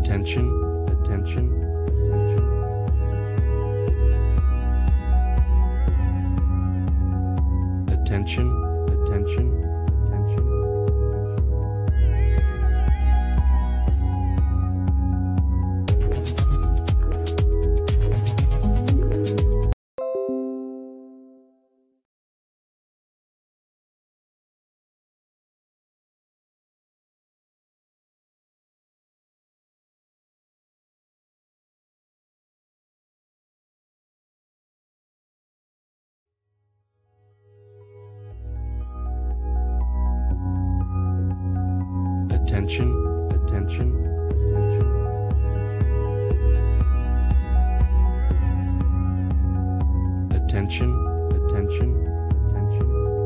Attention, attention, attention. Attention, attention, attention. Attention, attention, attention. Attention, attention, attention.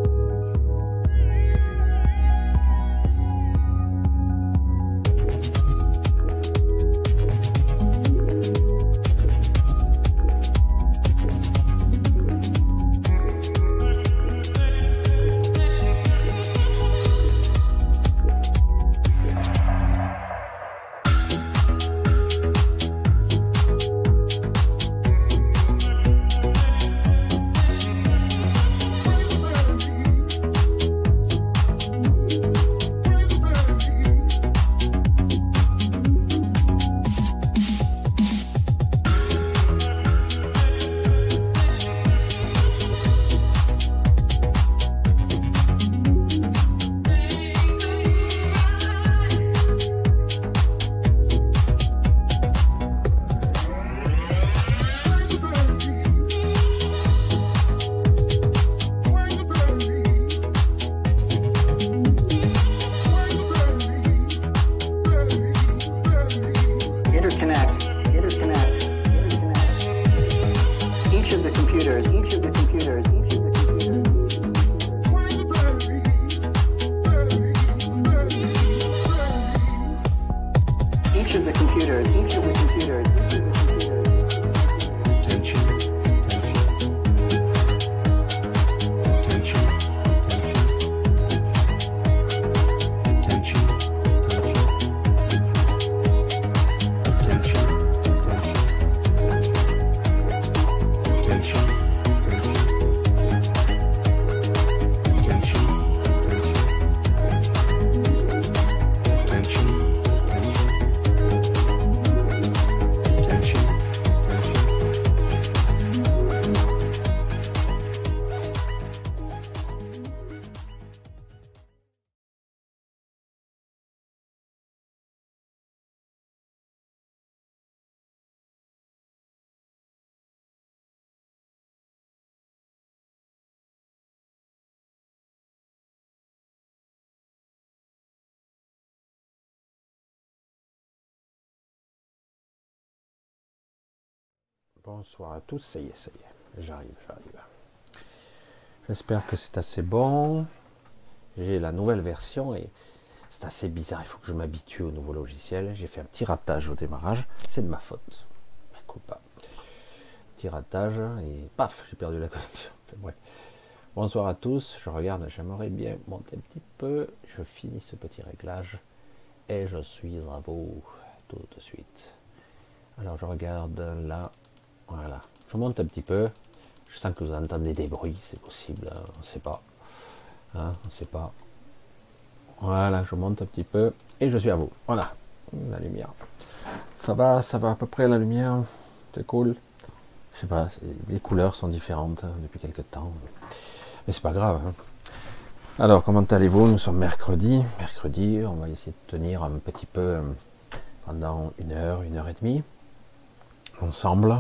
Interconnect, interconnect, interconnect. Each of the computers, each of the computers, each of the computers. Each of the computers, each of the computers, each of the computers. Attention, attention, attention, attention, attention, Bonsoir à tous, ça y est, j'arrive. J'espère que c'est assez bon. J'ai la nouvelle version et c'est assez bizarre, il faut que je m'habitue au nouveau logiciel. J'ai fait un petit ratage au démarrage, c'est de ma faute. Ma culpa. Petit ratage et paf, j'ai perdu la connexion. Enfin, bref. Bonsoir à tous, je regarde, j'aimerais bien monter un petit peu. Je finis ce petit réglage et je suis à vous tout de suite. Alors je regarde là. Voilà, je monte un petit peu. Je sens que vous entendez des bruits, c'est possible, hein, on ne sait pas. Hein, on ne sait pas. Voilà, je monte un petit peu et je suis à vous. Voilà, la lumière. Ça va à peu près la lumière. C'est cool. Je sais pas, les couleurs sont différentes depuis quelques temps. Mais c'est pas grave. Hein. Alors, comment allez-vous? Nous sommes mercredi. Mercredi, on va essayer de tenir un petit peu pendant une heure et demie. Ensemble.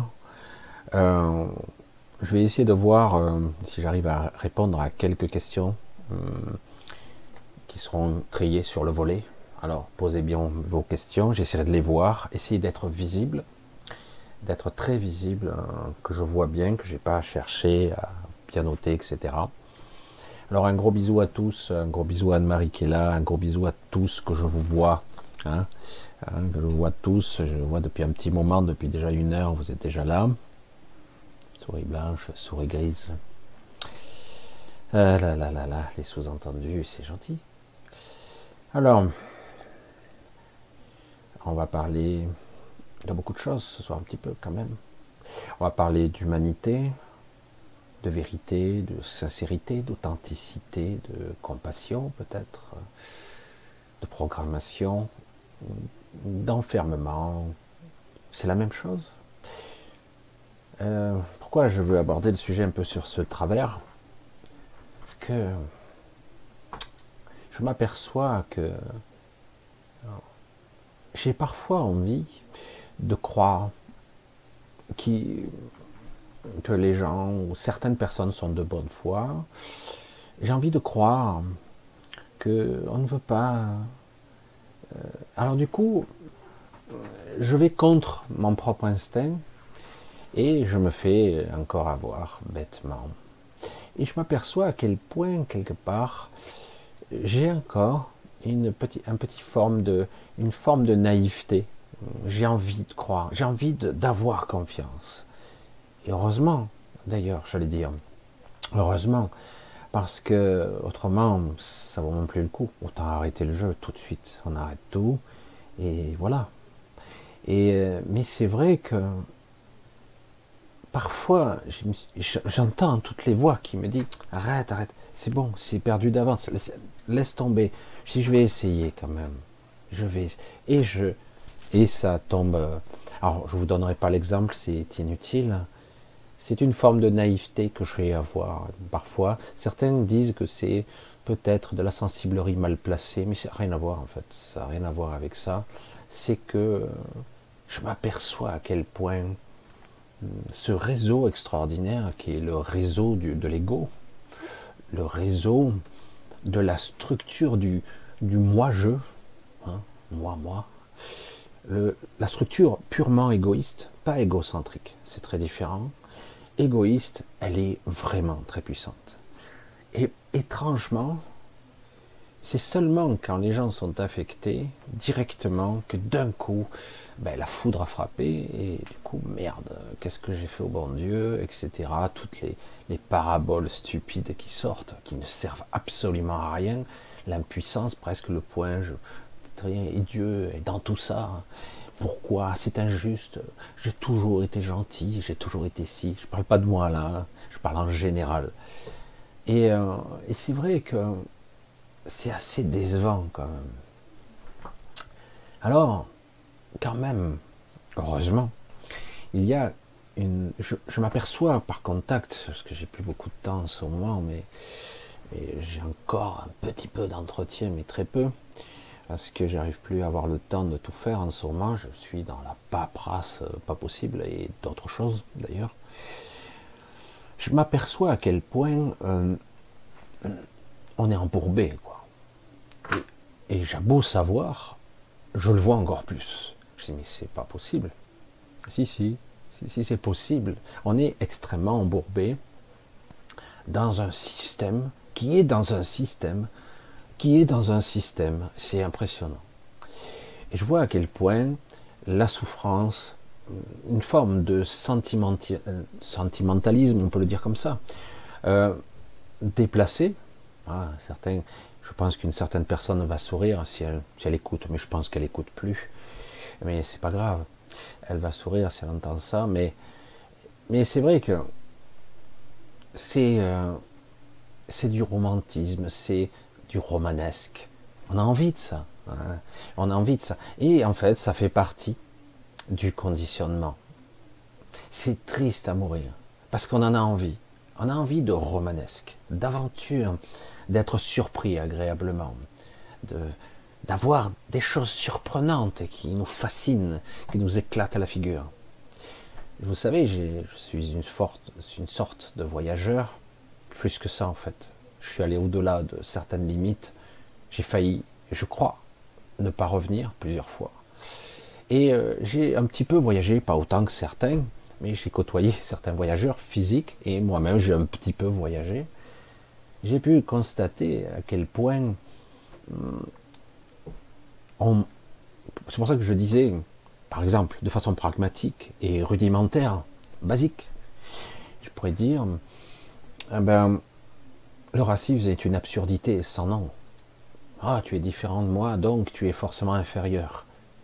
Je vais essayer de voir si j'arrive à répondre à quelques questions qui seront triées sur le volet. Alors posez bien vos questions, j'essaierai de les voir, essayez d'être visible, d'être très visible, que je vois bien, que j'ai pas à chercher, à bien noter, etc. Alors un gros bisou à tous, un gros bisou à Anne-Marie qui est là, un gros bisou à tous que je vous vois, que je vois tous, je vois depuis un petit moment, depuis déjà une heure, vous êtes déjà là. Souris blanche, souris grise. Les sous-entendus, c'est gentil. Alors, On va parler de beaucoup de choses ce soir un petit peu quand même. On va parler d'humanité, de vérité, de sincérité, d'authenticité, de compassion peut-être, de programmation, d'enfermement. C'est la même chose. Pourquoi je veux aborder le sujet un peu sur ce travers? Parce que je m'aperçois que j'ai parfois envie de croire que les gens ou certaines personnes sont de bonne foi. J'ai envie de croire qu'on ne veut pas. Alors du coup, je vais contre mon propre instinct et je me fais encore avoir bêtement. Et je m'aperçois à quel point, quelque part, j'ai encore une forme de naïveté. J'ai envie de croire, j'ai envie d'avoir confiance. Et heureusement, d'ailleurs, j'allais dire, heureusement, parce que autrement, ça vaut même plus le coup. Autant arrêter le jeu tout de suite. On arrête tout, et voilà. Mais c'est vrai que parfois, j'entends toutes les voix qui me disent arrête, arrête, c'est bon, c'est perdu d'avance, laisse tomber. Si je vais essayer quand même, je vais, et ça tombe. Alors, je vous donnerai pas l'exemple, c'est inutile. C'est une forme de naïveté que je vais avoir parfois. Certains disent que c'est peut-être de la sensiblerie mal placée, mais ça n'a rien à voir en fait. Ça n'a rien à voir avec ça. C'est que je m'aperçois à quel point ce réseau extraordinaire qui est le réseau de l'ego, le réseau de la structure du moi-je, hein, moi, la structure purement égoïste, pas égocentrique, c'est très différent. Égoïste, elle est vraiment très puissante. Et étrangement, c'est seulement quand les gens sont affectés directement que d'un coup, la foudre a frappé et du coup, merde, qu'est-ce que j'ai fait au bon Dieu, etc. Toutes les paraboles stupides qui sortent, qui ne servent absolument à rien, l'impuissance, presque le point, et Dieu est dans tout ça. Pourquoi c'est injuste? J'ai toujours été gentil, j'ai toujours été si. Je parle pas de moi là, je parle en général. Et c'est vrai que c'est assez décevant quand même. Alors, quand même, heureusement, il y a je m'aperçois par contact, parce que j'ai plus beaucoup de temps en ce moment, mais j'ai encore un petit peu d'entretien, mais très peu, parce que j'arrive plus à avoir le temps de tout faire en ce moment. Je suis dans la paperasse pas possible, et d'autres choses d'ailleurs. Je m'aperçois à quel point on est embourbé, quoi. Et j'ai beau savoir, je le vois encore plus. Je dis mais c'est pas possible. Si c'est possible. On est extrêmement embourbé dans un système qui est dans un système qui est dans un système. C'est impressionnant. Et je vois à quel point la souffrance, une forme de sentimentalisme, on peut le dire comme ça, déplacé. Certains, je pense qu'une certaine personne va sourire si elle écoute, mais je pense qu'elle écoute plus. Mais c'est pas grave. Elle va sourire si elle entend ça, mais c'est vrai que c'est du romantisme, c'est du romanesque. On a envie de ça. Hein. On a envie de ça. Et en fait, ça fait partie du conditionnement. C'est triste à mourir, parce qu'on en a envie. On a envie de romanesque, d'aventure, d'être surpris agréablement, d'avoir des choses surprenantes qui nous fascinent, qui nous éclatent à la figure. Vous savez, je suis une sorte de voyageur, plus que ça en fait. Je suis allé au-delà de certaines limites. J'ai failli, je crois, ne pas revenir plusieurs fois. Et j'ai un petit peu voyagé, pas autant que certains, mais j'ai côtoyé certains voyageurs physiques, et moi-même j'ai un petit peu voyagé. J'ai pu constater à quel point c'est pour ça que je disais, par exemple, de façon pragmatique et rudimentaire, basique, je pourrais dire, le racisme est une absurdité sans nom. Ah, tu es différent de moi, donc tu es forcément inférieur.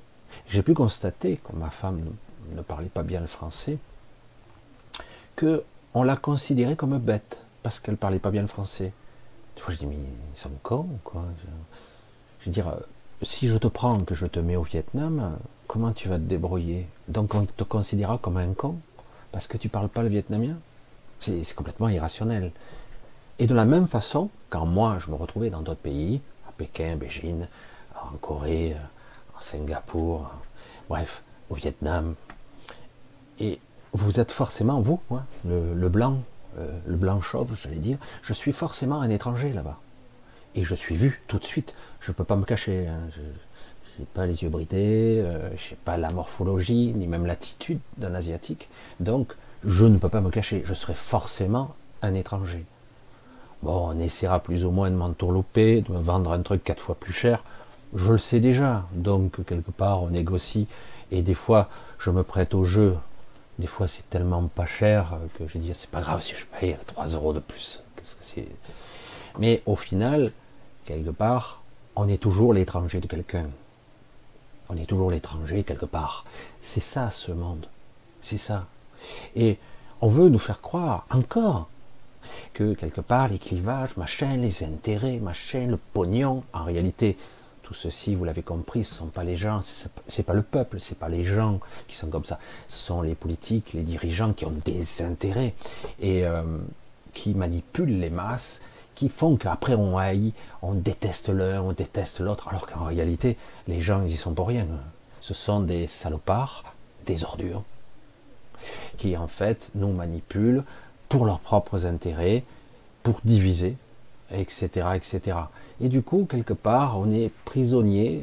j'ai pu constater, comme ma femme ne parlait pas bien le français, que on l'a considérée comme bête parce qu'elle parlait pas bien le français. Des fois, je dis, mais ils sont cons, quoi. Je veux dire, si je te prends, que je te mets au Vietnam, comment tu vas te débrouiller? Donc on te considérera comme un con parce que tu parles pas le vietnamien? C'est complètement irrationnel. Et de la même façon, quand moi je me retrouvais dans d'autres pays, à Pékin, Beijing, en Corée, en Singapour, bref, au Vietnam, et vous êtes forcément, vous, hein, le blanc chauve, j'allais dire, je suis forcément un étranger là-bas. Et je suis vu tout de suite. Je ne peux pas me cacher. Hein. Je n'ai pas les yeux bridés, je n'ai pas la morphologie, ni même l'attitude d'un asiatique. Donc, je ne peux pas me cacher. Je serai forcément un étranger. Bon, on essaiera plus ou moins de m'entourlouper, de me vendre un truc 4 fois plus cher. Je le sais déjà. Donc, quelque part, on négocie. Et des fois, je me prête au jeu. Des fois, c'est tellement pas cher que je dis, c'est pas grave si je paye 3 € de plus. Qu'est-ce que c'est? Mais au final, quelque part, on est toujours l'étranger de quelqu'un. On est toujours l'étranger quelque part. C'est ça ce monde. C'est ça. Et on veut nous faire croire encore que quelque part les clivages, machin, les intérêts, machin, le pognon, en réalité, tout ceci, vous l'avez compris, ce ne sont pas les gens, c'est pas le peuple, c'est pas les gens qui sont comme ça. Ce sont les politiques, les dirigeants qui ont des intérêts et qui manipulent les masses, qui font qu'après on haït, on déteste l'un, on déteste l'autre, alors qu'en réalité, les gens, ils y sont pour rien. Ce sont des salopards, des ordures, qui en fait nous manipulent pour leurs propres intérêts, pour diviser, etc., etc. Et du coup, quelque part, on est prisonnier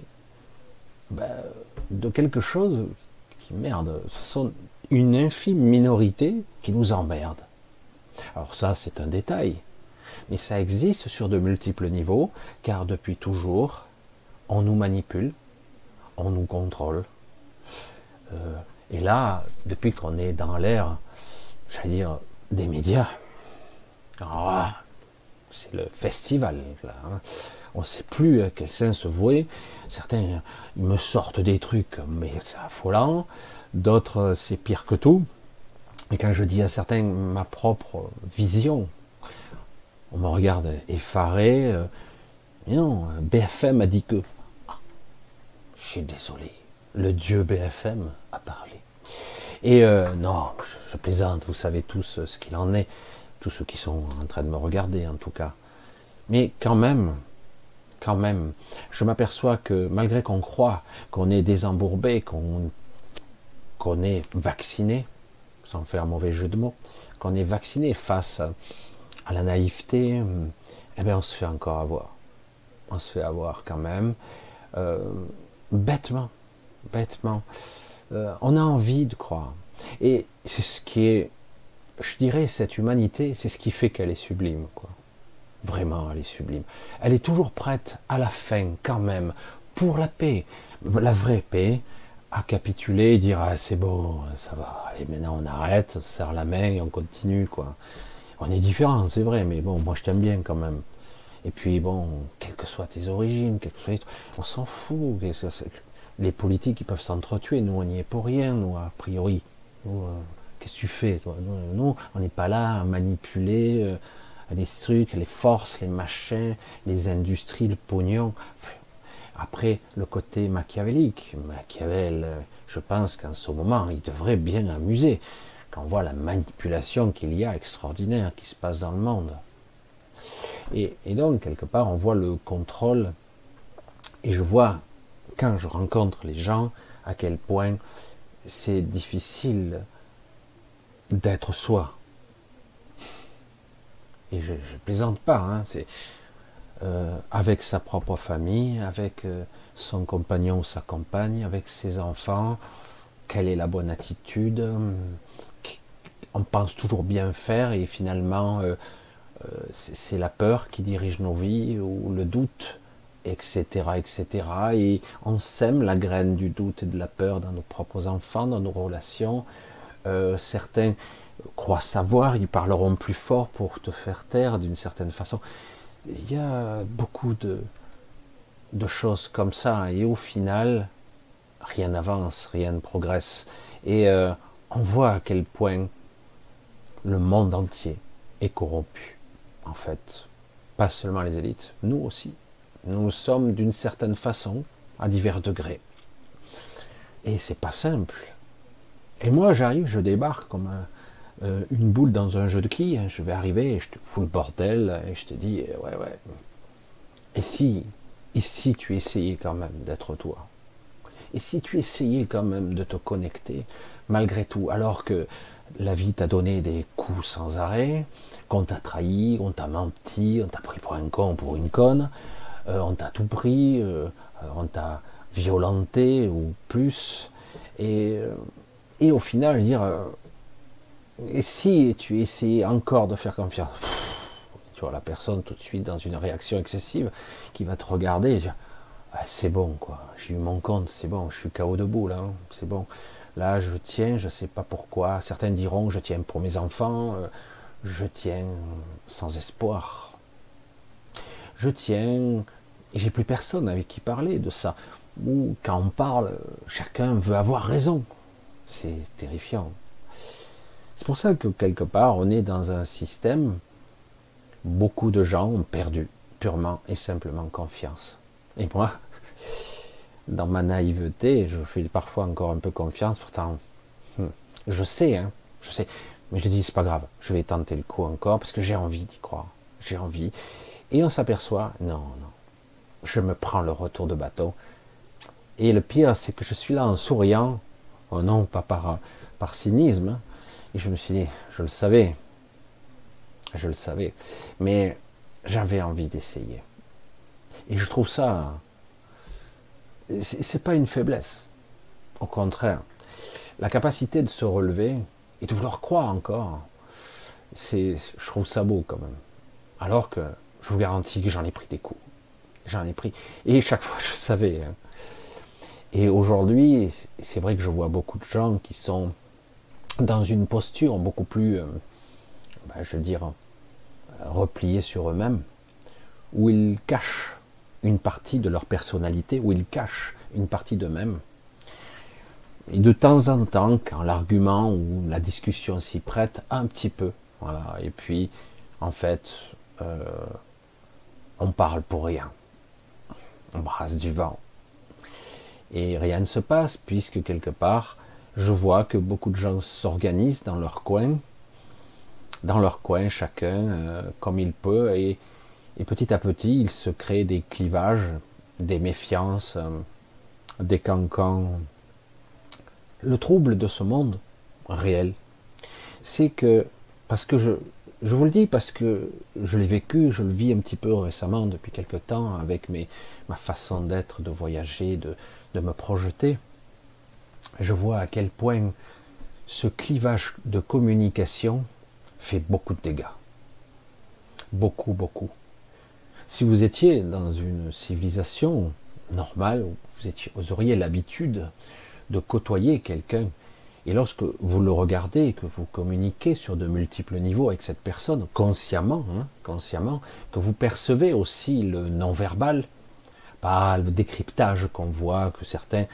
de quelque chose qui, merde, ce sont une infime minorité qui nous emmerde. Alors ça, c'est un détail. Mais ça existe sur de multiples niveaux, car depuis toujours, on nous manipule, on nous contrôle. Et là, depuis qu'on est dans l'ère, j'allais dire, des médias, c'est le festival. Là, hein. On ne sait plus à quel sens se vouer. Certains, ils me sortent des trucs, mais c'est affolant. D'autres, c'est pire que tout. Et quand je dis à certains ma propre vision, on me regarde effaré. Mais non, BFM a dit que. Ah, je suis désolé. Le dieu BFM a parlé. Et non, je plaisante, vous savez tous ce qu'il en est. Tous ceux qui sont en train de me regarder, en tout cas. Mais quand même, je m'aperçois que malgré qu'on croit qu'on est désembourbé, qu'on est vacciné, sans faire mauvais jeu de mots, qu'on est vacciné face à la naïveté, eh bien on se fait encore avoir. On se fait avoir quand même, bêtement. On a envie de croire. Et c'est ce qui est, je dirais, cette humanité, c'est ce qui fait qu'elle est sublime, quoi. Vraiment, elle est sublime. Elle est toujours prête, à la fin, quand même, pour la paix, la vraie paix, à capituler et dire, ah, c'est bon, ça va, allez, maintenant on arrête, on se serre la main et on continue, quoi. On est différents, c'est vrai, mais bon, moi je t'aime bien quand même. Et puis bon, quelles que soient tes origines, quelles que soient on s'en fout. Les politiques, ils peuvent s'entretuer, nous on n'y est pour rien, nous, a priori. Nous, qu'est-ce que tu fais, toi? Nous, on n'est pas là à manipuler les trucs, les forces, les machins, les industries, le pognon. Après, le côté machiavélique. Machiavel, je pense qu'en ce moment, il devrait bien amuser quand on voit la manipulation qu'il y a extraordinaire qui se passe dans le monde. Et donc, quelque part, on voit le contrôle. Et je vois, quand je rencontre les gens, à quel point c'est difficile d'être soi. Et je plaisante pas, hein, c'est avec sa propre famille, avec son compagnon ou sa compagne, avec ses enfants, quelle est la bonne attitude, on pense toujours bien faire et finalement c'est la peur qui dirige nos vies ou le doute, etc., etc. Et on sème la graine du doute et de la peur dans nos propres enfants, dans nos relations. Certains croient savoir, ils parleront plus fort pour te faire taire d'une certaine façon. Il y a beaucoup de choses comme ça, et au final, rien n'avance, rien ne progresse. Et on voit à quel point le monde entier est corrompu. En fait, pas seulement les élites, nous aussi. Nous sommes d'une certaine façon, à divers degrés. Et c'est pas simple. Et moi, j'arrive, je débarque comme une boule dans un jeu de quilles. Je vais arriver et je te fous le bordel et je te dis, ouais, ouais. Et si tu essayais quand même d'être toi? Et si tu essayais quand même de te connecter, malgré tout, alors que la vie t'a donné des coups sans arrêt, qu'on t'a trahi, on t'a menti, on t'a pris pour un con, pour une conne, on t'a tout pris, on t'a violenté ou plus, et au final dire, et si tu essayais encore de faire confiance, tu vois la personne tout de suite dans une réaction excessive qui va te regarder et dire, ah, c'est bon quoi, j'ai eu mon compte, c'est bon, je suis KO debout là, hein, c'est bon. Là, je tiens, je ne sais pas pourquoi. Certains diront, je tiens pour mes enfants, je tiens sans espoir. Je tiens, et j'ai plus personne avec qui parler de ça. Ou quand on parle, chacun veut avoir raison. C'est terrifiant. C'est pour ça que quelque part, on est dans un système, beaucoup de gens ont perdu purement et simplement confiance. Et moi, dans ma naïveté, je fais parfois encore un peu confiance, pourtant, je sais, mais je dis, c'est pas grave, je vais tenter le coup encore, parce que j'ai envie d'y croire, j'ai envie, et on s'aperçoit, non, je me prends le retour de bâton, et le pire, c'est que je suis là en souriant, oh non, pas par cynisme, et je me suis dit, je le savais, mais j'avais envie d'essayer, et je trouve ça, c'est pas une faiblesse. Au contraire, la capacité de se relever et de vouloir croire encore, je trouve ça beau quand même. Alors que je vous garantis que j'en ai pris des coups. J'en ai pris. Et chaque fois, je savais. Hein. Et aujourd'hui, c'est vrai que je vois beaucoup de gens qui sont dans une posture beaucoup plus, je veux dire, repliés sur eux-mêmes, où ils cachent une partie de leur personnalité, où ils cachent une partie d'eux-mêmes. Et de temps en temps, quand l'argument ou la discussion s'y prête un petit peu, voilà, et puis en fait, on parle pour rien, on brasse du vent, et rien ne se passe, puisque quelque part, je vois que beaucoup de gens s'organisent dans leur coin, chacun comme il peut, et petit à petit, il se crée des clivages, des méfiances, des cancans. Le trouble de ce monde réel, c'est que, parce que je vous le dis, parce que je l'ai vécu, je le vis un petit peu récemment, depuis quelque temps, avec ma façon d'être, de voyager, de me projeter, je vois à quel point ce clivage de communication fait beaucoup de dégâts. Beaucoup, beaucoup. Si vous étiez dans une civilisation normale, vous auriez l'habitude de côtoyer quelqu'un, et lorsque vous le regardez, que vous communiquez sur de multiples niveaux avec cette personne, consciemment, que vous percevez aussi le non-verbal, pas le décryptage qu'on voit, que certains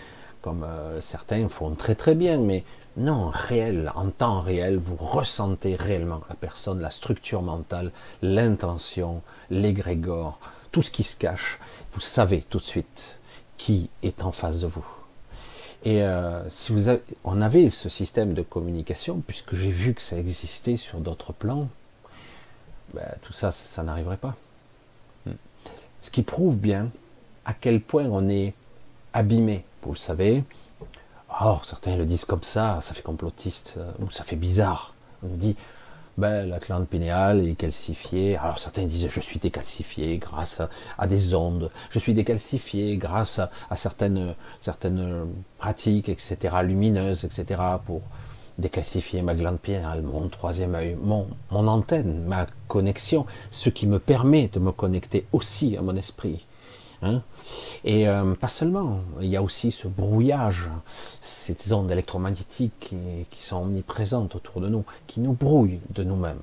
font très très bien, mais non, réel, en temps réel, vous ressentez réellement la personne, la structure mentale, l'intention, l'égrégore, tout ce qui se cache. Vous savez tout de suite qui est en face de vous. Et si on avait ce système de communication, puisque j'ai vu que ça existait sur d'autres plans, tout ça, ça n'arriverait pas. Ce qui prouve bien à quel point on est abîmé. Vous le savez. Or, certains le disent comme ça fait complotiste, ou ça fait bizarre. On nous dit, la glande pinéale est calcifiée. Alors certains disent, je suis décalcifié grâce à des ondes, je suis décalcifié grâce à certaines pratiques, etc., lumineuses, etc., pour décalcifier ma glande pinéale, mon troisième œil, mon antenne, ma connexion, ce qui me permet de me connecter aussi à mon esprit. Hein. Et pas seulement, il y a aussi ce brouillage, ces ondes électromagnétiques qui sont omniprésentes autour de nous, qui nous brouillent de nous-mêmes.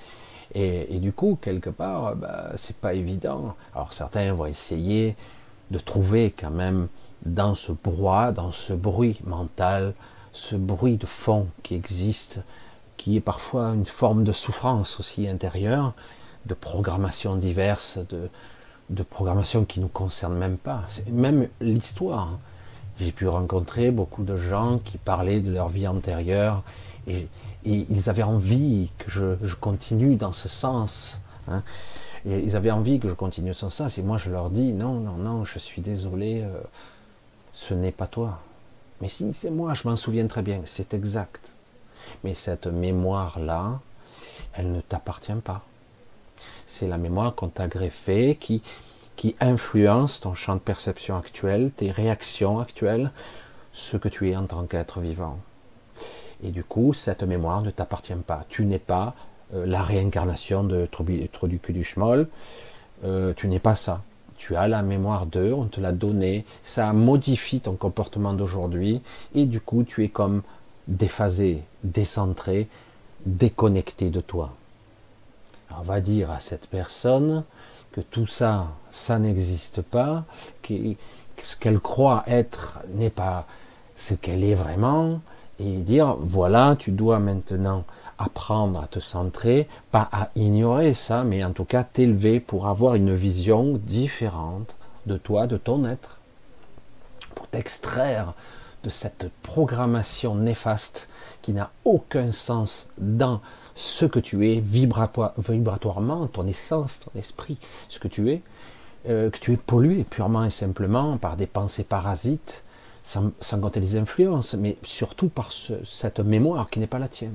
Et du coup, quelque part, c'est pas évident. Alors certains vont essayer de trouver quand même dans ce brouhaha, dans ce bruit mental, ce bruit de fond qui existe, qui est parfois une forme de souffrance aussi intérieure, de programmations diverses, de programmations qui ne nous concernent même pas. Même l'histoire. J'ai pu rencontrer beaucoup de gens qui parlaient de leur vie antérieure et ils avaient envie que je continue dans ce sens. Hein. Et ils avaient envie que je continue dans ce sens. Et moi, je leur dis non, non, non, je suis désolé, ce n'est pas toi. Mais si, c'est moi, je m'en souviens très bien, c'est exact. Mais cette mémoire-là, elle ne t'appartient pas. C'est la mémoire qu'on t'a greffée qui influence ton champ de perception actuel, tes réactions actuelles, ce que tu es en tant qu'être vivant. Et du coup, cette mémoire ne t'appartient pas. Tu n'es pas la réincarnation de Trou du cul du schmoll, tu n'es pas ça. Tu as la mémoire d'eux, on te l'a donné, ça modifie ton comportement d'aujourd'hui, et du coup, tu es comme déphasé, décentré, déconnecté de toi. Alors, on va dire à cette personne que tout ça, ça n'existe pas, que ce qu'elle croit être n'est pas ce qu'elle est vraiment, et dire, voilà, tu dois maintenant apprendre à te centrer, pas à ignorer ça, mais en tout cas t'élever pour avoir une vision différente de toi, de ton être, pour t'extraire de cette programmation néfaste qui n'a aucun sens dans ce que tu es vibratoirement, ton essence, ton esprit, ce que tu es pollué purement et simplement par des pensées parasites, sans compter les influences, mais surtout par cette mémoire qui n'est pas la tienne.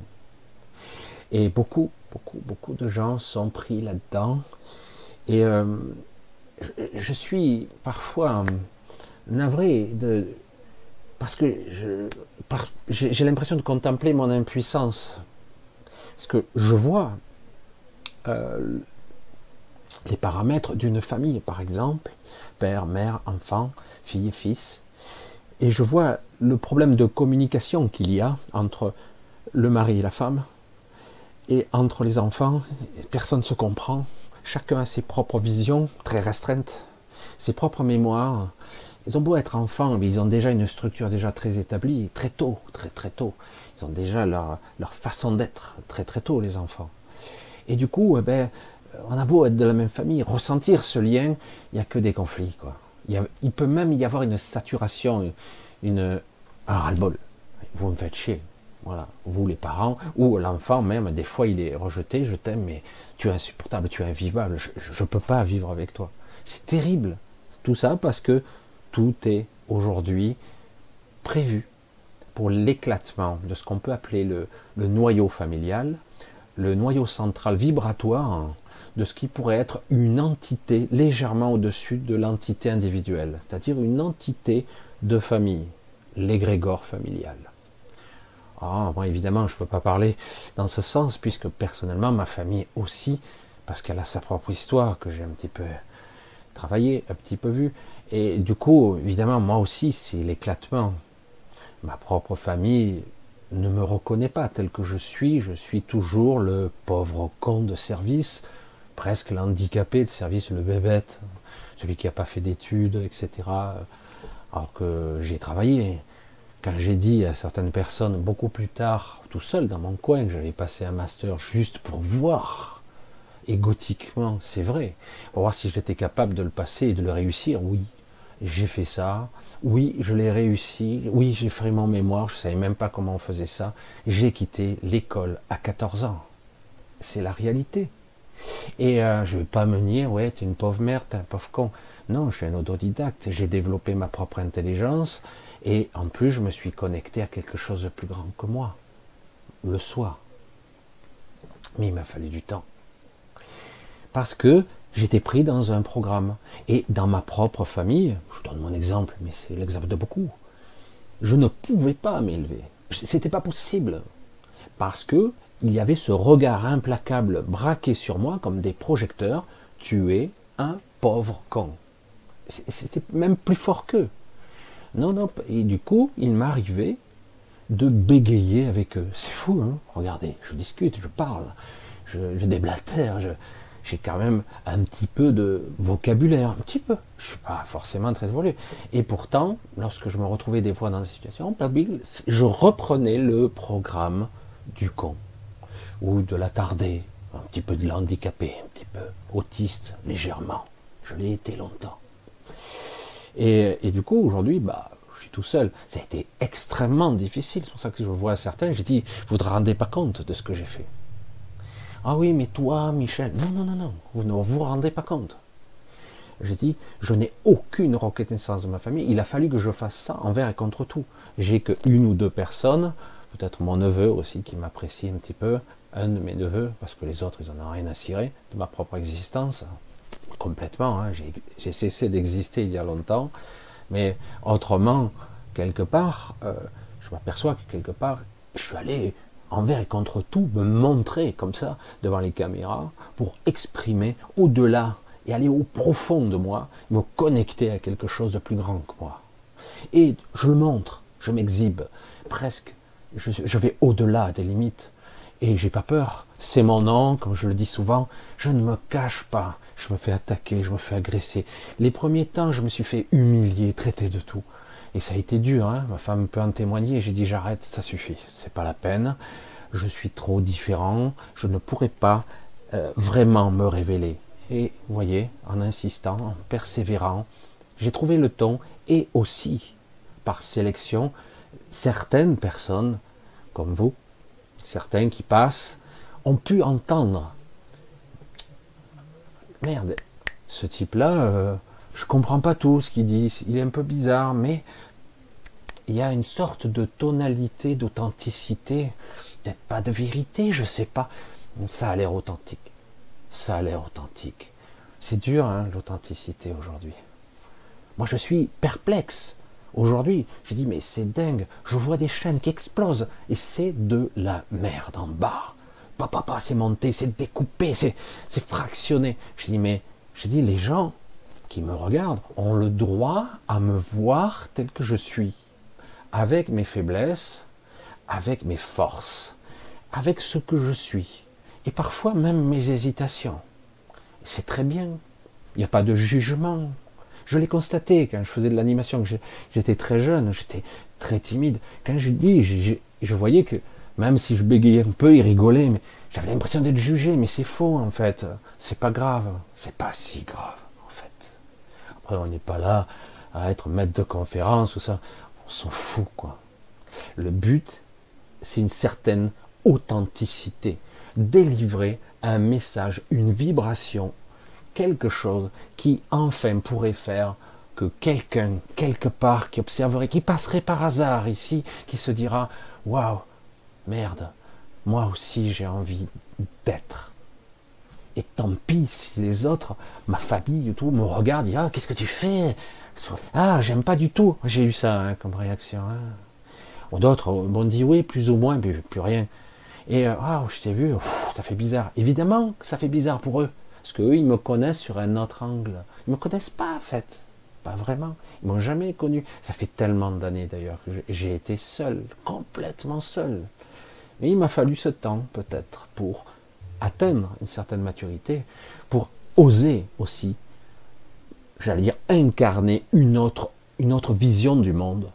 Et beaucoup de gens sont pris là-dedans. Et je suis parfois navré parce que j'ai l'impression de contempler mon impuissance. Parce que je vois les paramètres d'une famille, par exemple, père, mère, enfant, fille, fils, et je vois le problème de communication qu'il y a entre le mari et la femme, et entre les enfants, personne ne se comprend, chacun a ses propres visions très restreintes, ses propres mémoires. Ils ont beau être enfants, mais ils ont déjà une structure déjà très établie, très tôt, très tôt. Ils ont déjà leur façon d'être très tôt, les enfants. Et du coup, on a beau être de la même famille, ressentir ce lien, il n'y a que des conflits, quoi. Il peut même y avoir une saturation, un ras-le-bol. Vous me faites chier. Voilà, vous les parents, ou l'enfant même, des fois il est rejeté, je t'aime, mais tu es insupportable, tu es invivable, je ne peux pas vivre avec toi. C'est terrible. Tout ça parce que tout est aujourd'hui prévu pour l'éclatement de ce qu'on peut appeler le noyau familial, le noyau central vibratoire de ce qui pourrait être une entité légèrement au-dessus de l'entité individuelle, c'est-à-dire une entité de famille, l'égrégore familial. Ah, moi évidemment je ne peux pas parler dans ce sens puisque personnellement ma famille aussi, parce qu'elle a sa propre histoire que j'ai un petit peu travaillé, un petit peu vu, et du coup évidemment moi aussi c'est l'éclatement. Ma propre famille ne me reconnaît pas tel que je suis toujours le pauvre con de service, presque l'handicapé de service, le bébête, celui qui n'a pas fait d'études, etc. Alors que j'ai travaillé. Quand j'ai dit à certaines personnes, beaucoup plus tard, tout seul dans mon coin, que j'avais passé un master juste pour voir, égotiquement, c'est vrai, pour voir si j'étais capable de le passer et de le réussir, oui, j'ai fait ça, oui, je l'ai réussi, oui, j'ai fait mon mémoire, je ne savais même pas comment on faisait ça, j'ai quitté l'école à 14 ans. C'est la réalité. Et je ne vais pas me dire, ouais, t'es une pauvre mère, t'es un pauvre con. Non, je suis un autodidacte, j'ai développé ma propre intelligence, et en plus, je me suis connecté à quelque chose de plus grand que moi, le soi. Mais il m'a fallu du temps. Parce que j'étais pris dans un programme. Et dans ma propre famille, je donne mon exemple, mais c'est l'exemple de beaucoup, je ne pouvais pas m'élever. C'était pas possible. Parce que il y avait ce regard implacable braqué sur moi comme des projecteurs. Tu es un pauvre con. C'était même plus fort qu'eux. Non, et du coup, il m'arrivait de bégayer avec eux. C'est fou, hein. Regardez, je discute, je parle, je déblatère, j'ai quand même un petit peu de vocabulaire, un petit peu. Je suis pas forcément très évolué. Et pourtant, lorsque je me retrouvais des fois dans des situations, je reprenais le programme du con, ou de l'attardé, un petit peu de l'handicapé, un petit peu autiste, légèrement. Je l'ai été longtemps. Et du coup, aujourd'hui, je suis tout seul. Ça a été extrêmement difficile. C'est pour ça que je vois certains, j'ai dit, vous ne vous rendez pas compte de ce que j'ai fait. Ah oui, mais toi, Michel, non, vous ne vous rendez pas compte. J'ai dit, je n'ai aucune reconnaissance de ma famille, il a fallu que je fasse ça envers et contre tout. J'ai que une ou deux personnes, peut-être mon neveu aussi qui m'apprécie un petit peu, un de mes neveux, parce que les autres, ils n'en ont rien à cirer de ma propre existence, complètement, hein. J'ai cessé d'exister il y a longtemps, mais autrement, quelque part, je m'aperçois que quelque part, je suis allé envers et contre tout, me montrer comme ça devant les caméras pour exprimer au-delà et aller au profond de moi, me connecter à quelque chose de plus grand que moi. Et je le montre, je m'exhibe, presque, je vais au-delà des limites. Et j'ai pas peur, c'est mon nom, comme je le dis souvent, je ne me cache pas, je me fais attaquer, je me fais agresser. Les premiers temps, je me suis fait humilier, traiter de tout. Et ça a été dur, hein, ma femme peut en témoigner, j'ai dit j'arrête, ça suffit, c'est pas la peine, je suis trop différent, je ne pourrais pas vraiment me révéler. Et vous voyez, en insistant, en persévérant, j'ai trouvé le ton, et aussi, par sélection, certaines personnes, comme vous, certains qui passent, ont pu entendre. Merde, ce type-là, je comprends pas tout ce qu'il dit, il est un peu bizarre, mais il y a une sorte de tonalité, d'authenticité, peut-être pas de vérité, je sais pas, ça a l'air authentique. Ça a l'air authentique. C'est dur, hein, l'authenticité aujourd'hui. Moi, je suis perplexe. Aujourd'hui, j'ai dit, mais c'est dingue, je vois des chaînes qui explosent, et c'est de la merde en bas. Papa, c'est monté, c'est découpé, c'est fractionné. J'ai dit, les gens qui me regardent ont le droit à me voir tel que je suis, avec mes faiblesses, avec mes forces, avec ce que je suis, et parfois même mes hésitations. C'est très bien, il n'y a pas de jugement. Je l'ai constaté quand je faisais de l'animation, que j'étais très jeune, j'étais très timide. Quand je dis, je voyais que même si je bégayais un peu, ils rigolaient, mais j'avais l'impression d'être jugé, mais c'est faux en fait. C'est pas grave, c'est pas si grave en fait. Après, on n'est pas là à être maître de conférence ou ça, on s'en fout quoi. Le but, c'est une certaine authenticité, délivrer un message, une vibration, quelque chose qui enfin pourrait faire que quelqu'un, quelque part, qui observerait, qui passerait par hasard ici, qui se dira « Waouh, merde, moi aussi j'ai envie d'être ». Et tant pis si les autres, ma famille et tout, me regardent, disent « Ah, qu'est-ce que tu fais ?»« Ah, j'aime pas du tout. » J'ai eu ça hein, comme réaction. Hein. D'autres m'ont dit « Oui, plus ou moins, mais plus rien. » Et « Ah, je t'ai vu, ça fait bizarre. » Évidemment que ça fait bizarre pour eux. Parce qu'eux, ils me connaissent sur un autre angle. Ils ne me connaissent pas, en fait. Pas vraiment. Ils m'ont jamais connu. Ça fait tellement d'années, d'ailleurs, que j'ai été seul, complètement seul. Mais il m'a fallu ce temps, peut-être, pour atteindre une certaine maturité, pour oser aussi, j'allais dire, incarner une autre vision du monde,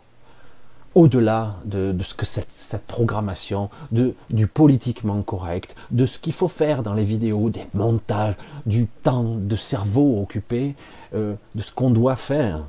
au-delà de ce que cette programmation, du politiquement correct, de ce qu'il faut faire dans les vidéos, des montages, du temps de cerveau occupé, de ce qu'on doit faire.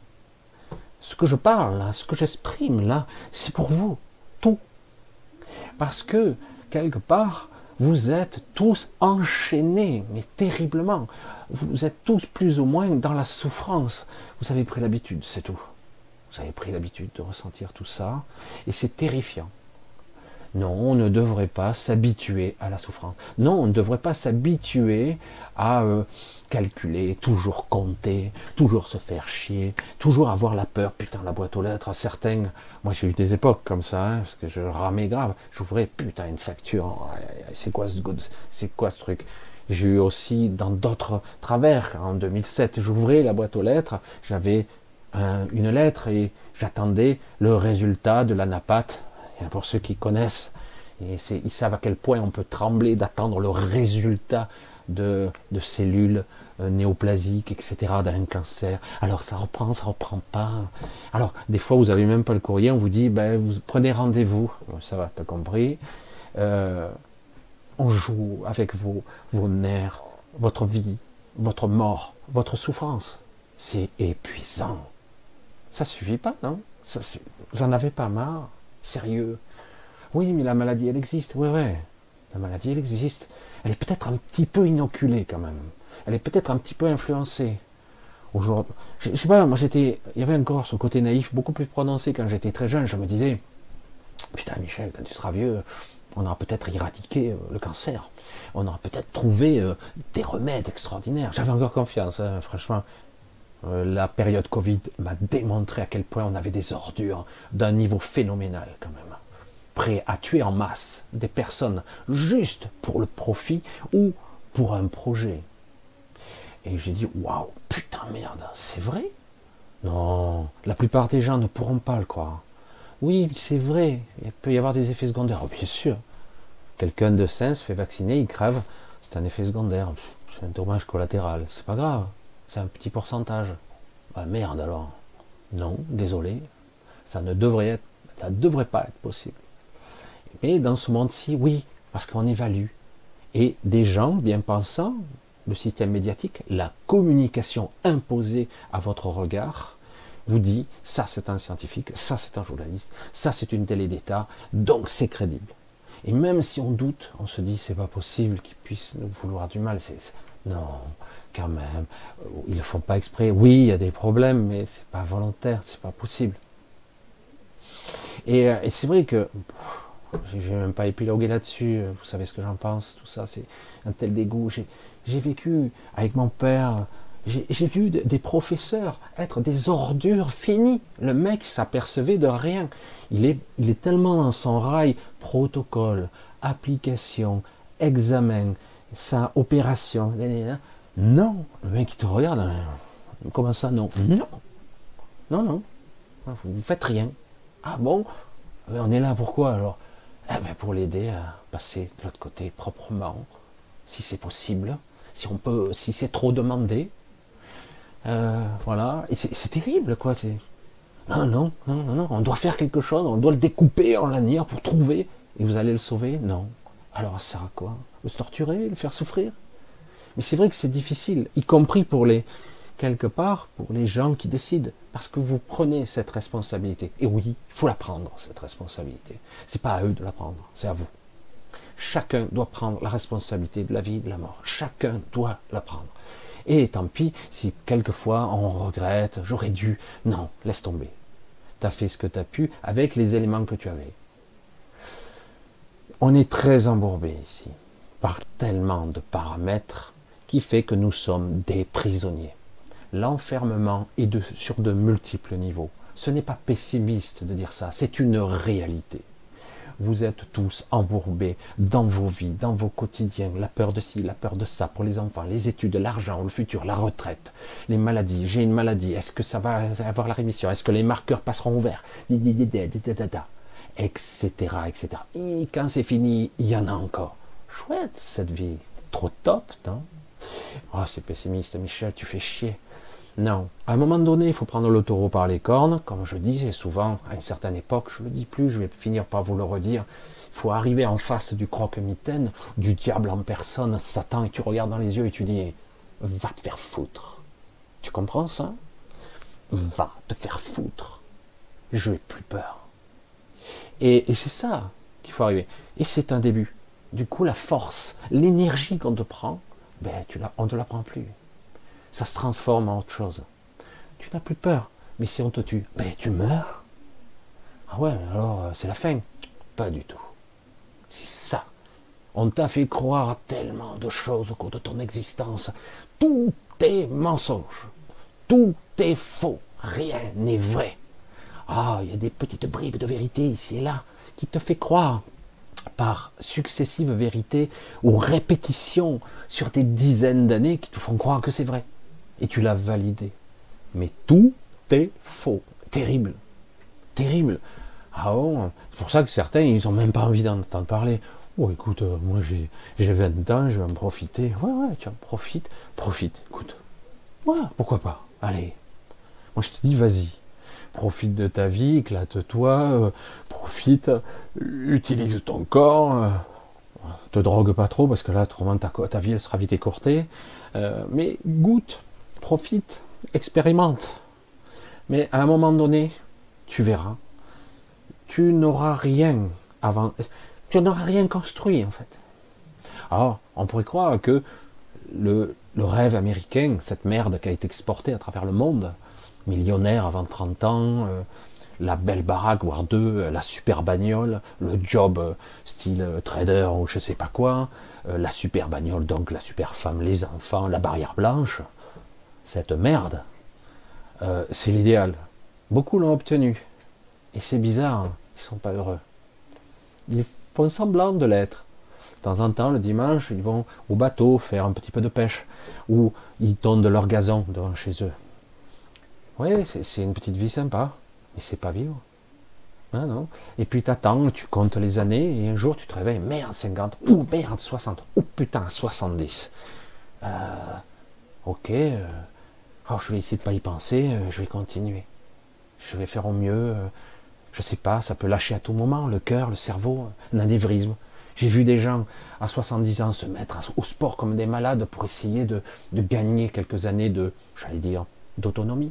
Ce que je parle là, ce que j'exprime là, c'est pour vous, tout. Parce que, quelque part, vous êtes tous enchaînés, mais terriblement. Vous êtes tous plus ou moins dans la souffrance. Vous avez pris l'habitude, c'est tout. Vous avez pris l'habitude de ressentir tout ça, et c'est terrifiant. Non, on ne devrait pas s'habituer à la souffrance. Non, on ne devrait pas s'habituer à calculer, toujours compter, toujours se faire chier, toujours avoir la peur. Putain, la boîte aux lettres, certains... Moi, j'ai eu des époques comme ça, hein, parce que je ramais grave. J'ouvrais, putain, une facture. C'est quoi ce truc? J'ai eu aussi dans d'autres travers. En 2007, j'ouvrais la boîte aux lettres, j'avais une lettre et j'attendais le résultat de la NAPAT. Et pour ceux qui connaissent, ils savent à quel point on peut trembler d'attendre le résultat de cellules néoplasiques, etc., d'un cancer. Alors ça reprend pas. Alors des fois vous avez même pas le courrier, on vous dit ben, vous prenez rendez-vous. Bon, ça va, t'as compris. On joue avec vos nerfs, votre vie, votre mort, votre souffrance. C'est épuisant. Ça suffit pas, non? Vous en avez pas marre? Sérieux? Oui, mais la maladie, elle existe. Oui, ouais. La maladie, elle existe. Elle est peut-être un petit peu inoculée quand même. Elle est peut-être un petit peu influencée. Aujourd'hui, je sais pas, moi il y avait encore ce côté naïf beaucoup plus prononcé quand j'étais très jeune. Je me disais, putain Michel, quand tu seras vieux, on aura peut-être éradiqué le cancer. On aura peut-être trouvé des remèdes extraordinaires. J'avais encore confiance, hein, franchement. La période Covid m'a démontré à quel point on avait des ordures d'un niveau phénoménal quand même. Prêts à tuer en masse des personnes juste pour le profit ou pour un projet. Et j'ai dit, waouh, putain merde, c'est vrai? Non, la plupart des gens ne pourront pas le croire. Oui, c'est vrai, il peut y avoir des effets secondaires. Oh, bien sûr, quelqu'un de sain se fait vacciner, il crève, c'est un effet secondaire, c'est un dommage collatéral, c'est pas grave, c'est un petit pourcentage. Ah merde alors. Non, désolé, ça ne devrait pas être possible. Mais dans ce monde-ci, oui, parce qu'on évalue. Et des gens bien pensants, le système médiatique, la communication imposée à votre regard, vous dit, ça c'est un scientifique, ça c'est un journaliste, ça c'est une télé d'État, donc c'est crédible. Et même si on doute, on se dit, c'est pas possible qu'ils puissent nous vouloir du mal. Non, quand même, ils ne font pas exprès. Oui, il y a des problèmes, mais c'est pas volontaire, c'est pas possible. Et c'est vrai que je vais même pas épiloguer là-dessus, vous savez ce que j'en pense, tout ça, c'est un tel dégoût. J'ai vécu avec mon père, j'ai vu des professeurs être des ordures finies. Le mec s'apercevait de rien. Il est tellement dans son rail, protocole, application, examen, sa opération. Non, le mec il te regarde, comment ça non? Non, vous faites rien. Ah bon? Mais on est là pourquoi alors? Eh ben pour l'aider à passer de l'autre côté proprement, si c'est possible, si on peut, si c'est trop demandé. Voilà, et c'est terrible quoi. Non, on doit faire quelque chose, on doit le découper en lanières pour trouver, et vous allez le sauver? Non. Alors ça sert à quoi? Le torturer, le faire souffrir? Mais c'est vrai que c'est difficile, y compris pour quelque part, pour les gens qui décident, parce que vous prenez cette responsabilité. Et oui, il faut la prendre, cette responsabilité. C'est pas à eux de la prendre, c'est à vous. Chacun doit prendre la responsabilité de la vie et de la mort. Chacun doit la prendre. Et tant pis si quelquefois on regrette, j'aurais dû. Non, laisse tomber. Tu as fait ce que tu as pu avec les éléments que tu avais. On est très embourbé ici, par tellement de paramètres qui fait que nous sommes des prisonniers. L'enfermement est sur de multiples niveaux. Ce n'est pas pessimiste de dire ça, c'est une réalité. Vous êtes tous embourbés dans vos vies, dans vos quotidiens, la peur de ci, la peur de ça, pour les enfants, les études, l'argent, le futur, la retraite, les maladies, j'ai une maladie, est-ce que ça va avoir la rémission, est-ce que les marqueurs passeront au vert, etc., etc. Et quand c'est fini, il y en a encore. Chouette cette vie, trop top, non? Oh, c'est pessimiste, Michel, tu fais chier. Non, à un moment donné, il faut prendre le taureau par les cornes, comme je disais souvent à une certaine époque, je ne le dis plus, je vais finir par vous le redire, il faut arriver en face du croque-mitaine, du diable en personne, Satan, et tu regardes dans les yeux et tu dis, va te faire foutre. Tu comprends ça? Va te faire foutre. Je n'ai plus peur. Et c'est ça qu'il faut arriver. Et c'est un début. Du coup, la force, l'énergie qu'on te prend, on ne te la prend plus. Ça se transforme en autre chose. Tu n'as plus peur. Mais si on te tue, tu meurs. Ah ouais, alors c'est la fin. Pas du tout. C'est ça. On t'a fait croire tellement de choses au cours de ton existence. Tout est mensonge. Tout est faux. Rien n'est vrai. Ah, il y a des petites bribes de vérité ici et là qui te fait croire par successives vérités ou répétitions sur des dizaines d'années qui te font croire que c'est vrai. Et tu l'as validé. Mais tout est faux. Terrible. Terrible. Ah bon, c'est pour ça que certains, ils n'ont même pas envie d'en entendre parler. Oh, écoute, moi j'ai 20 ans, je vais en profiter. Ouais, ouais, tu en profites. Profite, écoute. Ouais, pourquoi pas. Allez. Moi, je te dis, vas-y. Profite de ta vie, éclate-toi, profite, utilise ton corps, te drogue pas trop, parce que là, autrement, ta vie, elle sera vite écourtée. Mais goûte, profite, expérimente. Mais à un moment donné, tu verras, tu n'auras rien avant, tu n'auras rien construit en fait. Alors, on pourrait croire que le rêve américain, cette merde qui a été exportée à travers le monde, millionnaire avant 30 ans, la belle baraque, voire deux, la super bagnole, le job style trader ou je sais pas quoi, la super bagnole, donc la super femme, les enfants, la barrière blanche, cette merde, c'est l'idéal. Beaucoup l'ont obtenu. Et c'est bizarre, hein, ils sont pas heureux. Ils font semblant de l'être. De temps en temps, le dimanche, ils vont au bateau faire un petit peu de pêche, ou ils tondent leur gazon devant chez eux. Oui, c'est une petite vie sympa, mais c'est pas vivre. Hein, non. Et puis t'attends, tu comptes les années, et un jour tu te réveilles, merde 50, ou merde 60, ou putain 70. Ok, alors je vais essayer de pas y penser, je vais continuer. Je vais faire au mieux, je sais pas, ça peut lâcher à tout moment, le cœur, le cerveau, un anévrisme. J'ai vu des gens à 70 ans se mettre au sport comme des malades pour essayer de gagner quelques années de, j'allais dire, d'autonomie,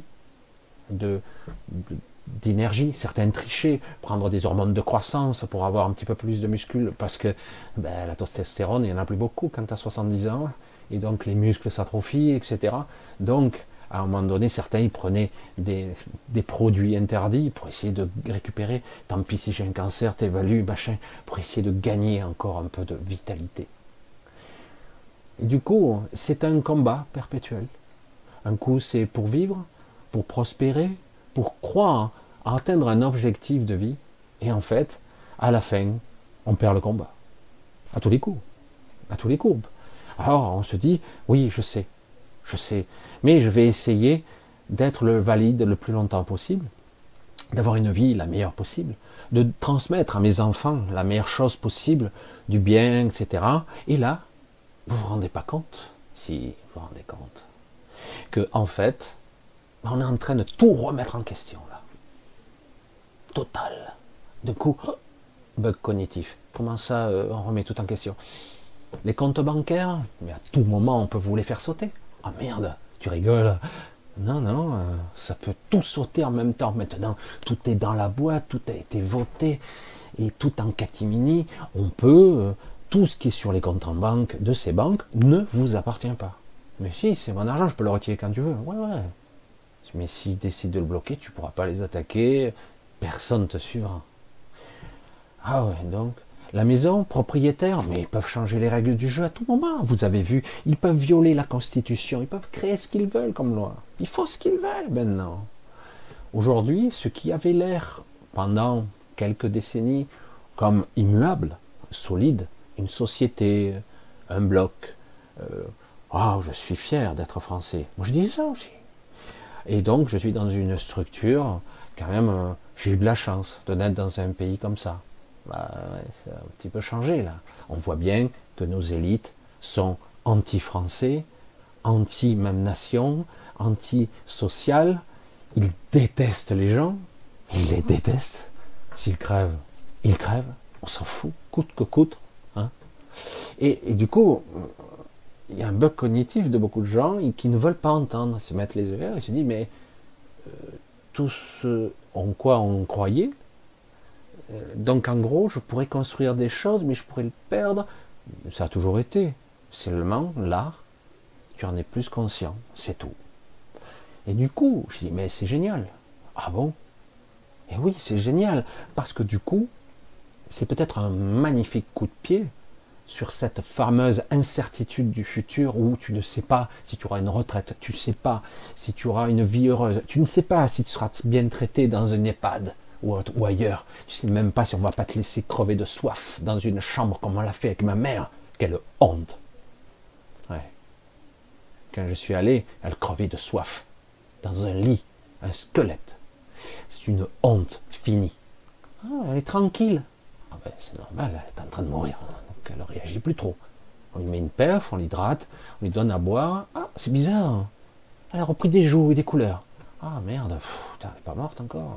d'énergie. Certains tricher, prendre des hormones de croissance pour avoir un petit peu plus de muscles, parce que ben, la testostérone, il n'y en a plus beaucoup quand tu as 70 ans, et donc les muscles s'atrophient, etc. Donc, à un moment donné, certains ils prenaient des produits interdits pour essayer de récupérer. Tant pis si j'ai un cancer, t'évalues, machin, pour essayer de gagner encore un peu de vitalité. Et du coup, c'est un combat perpétuel. Un coup, c'est pour vivre, pour prospérer, pour croire à atteindre un objectif de vie. Et en fait, à la fin, on perd le combat. À tous les coups. À tous les coups. Alors, on se dit, oui, je sais, mais je vais essayer d'être le valide le plus longtemps possible, d'avoir une vie la meilleure possible, de transmettre à mes enfants la meilleure chose possible, du bien, etc. Et là, vous vous rendez pas compte, si vous vous rendez compte, que en fait, on est en train de tout remettre en question là, total. De coup, bug cognitif. Comment ça, on remet tout en question? Les comptes bancaires, mais à tout moment, on peut vous les faire sauter. Ah merde, tu rigoles. Non, non, ça peut tout sauter en même temps. Maintenant, tout est dans la boîte, tout a été voté, et tout en catimini. On peut, tout ce qui est sur les comptes en banque de ces banques ne vous appartient pas. Mais si, c'est mon argent, je peux le retirer quand tu veux. Ouais, ouais. Mais s'ils décident de le bloquer, tu ne pourras pas les attaquer, personne ne te suivra. Ah ouais, donc, la maison, propriétaire, mais ils peuvent changer les règles du jeu à tout moment. Vous avez vu, ils peuvent violer la Constitution, ils peuvent créer ce qu'ils veulent comme loi. Il faut ce qu'ils veulent maintenant. Aujourd'hui, ce qui avait l'air pendant quelques décennies comme immuable, solide, une société, un bloc. Oh, je suis fier d'être français. Moi, je dis ça aussi. Et donc, je suis dans une structure, quand même, j'ai eu de la chance de naître dans un pays comme ça. Bah, ouais, c'est un petit peu changé là. On voit bien que nos élites sont anti-français, anti-même nation, anti-social. Ils détestent les gens, ils les détestent. S'ils crèvent, ils crèvent. On s'en fout, coûte que coûte. Hein. Et du coup, il y a un bug cognitif de beaucoup de gens qui ne veulent pas entendre, ils se mettent les œillères, ils se disent mais tout ce en quoi on croyait, donc en gros je pourrais construire des choses mais je pourrais le perdre. Ça a toujours été, seulement là tu en es plus conscient, c'est tout. Et du coup je dis mais c'est génial. Ah bon? Et oui, c'est génial, parce que du coup c'est peut-être un magnifique coup de pied sur cette fameuse incertitude du futur où tu ne sais pas si tu auras une retraite, tu ne sais pas si tu auras une vie heureuse, tu ne sais pas si tu seras bien traité dans un EHPAD ou ailleurs, tu ne sais même pas si on ne va pas te laisser crever de soif dans une chambre comme on l'a fait avec ma mère. Quelle honte! Ouais. Quand je suis allé, elle crevait de soif dans un lit, un squelette. C'est une honte finie. Ah, elle est tranquille. Ah ben, c'est normal, elle est en train de mourir. elle ne réagit plus trop. On lui met une perf, on l'hydrate, on lui donne à boire. Ah, c'est bizarre. Elle a repris des joues et des couleurs. Ah merde, putain, elle n'est pas morte encore.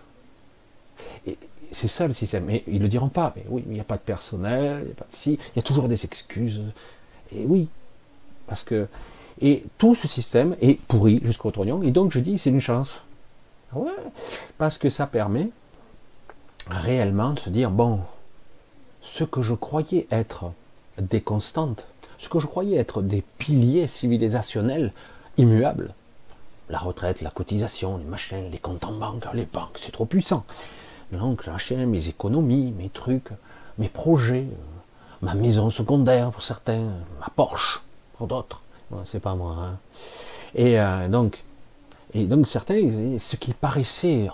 Et c'est ça le système. Mais ils ne le diront pas. Mais oui, il n'y a pas de personnel, il n'y a pas de si, il y a toujours des excuses. Et oui, parce que. Et tout ce système est pourri jusqu'au trognon. Et donc je dis, c'est une chance. Ouais, parce que ça permet réellement de se dire, bon, ce que je croyais être des constantes, ce que je croyais être des piliers civilisationnels immuables, la retraite, la cotisation, les machins, les comptes en banque, les banques, c'est trop puissant. Donc j'achète mes économies, mes trucs, mes projets, ma maison secondaire pour certains, ma Porsche pour d'autres, c'est pas moi. Hein. Et donc certains, ce qui paraissait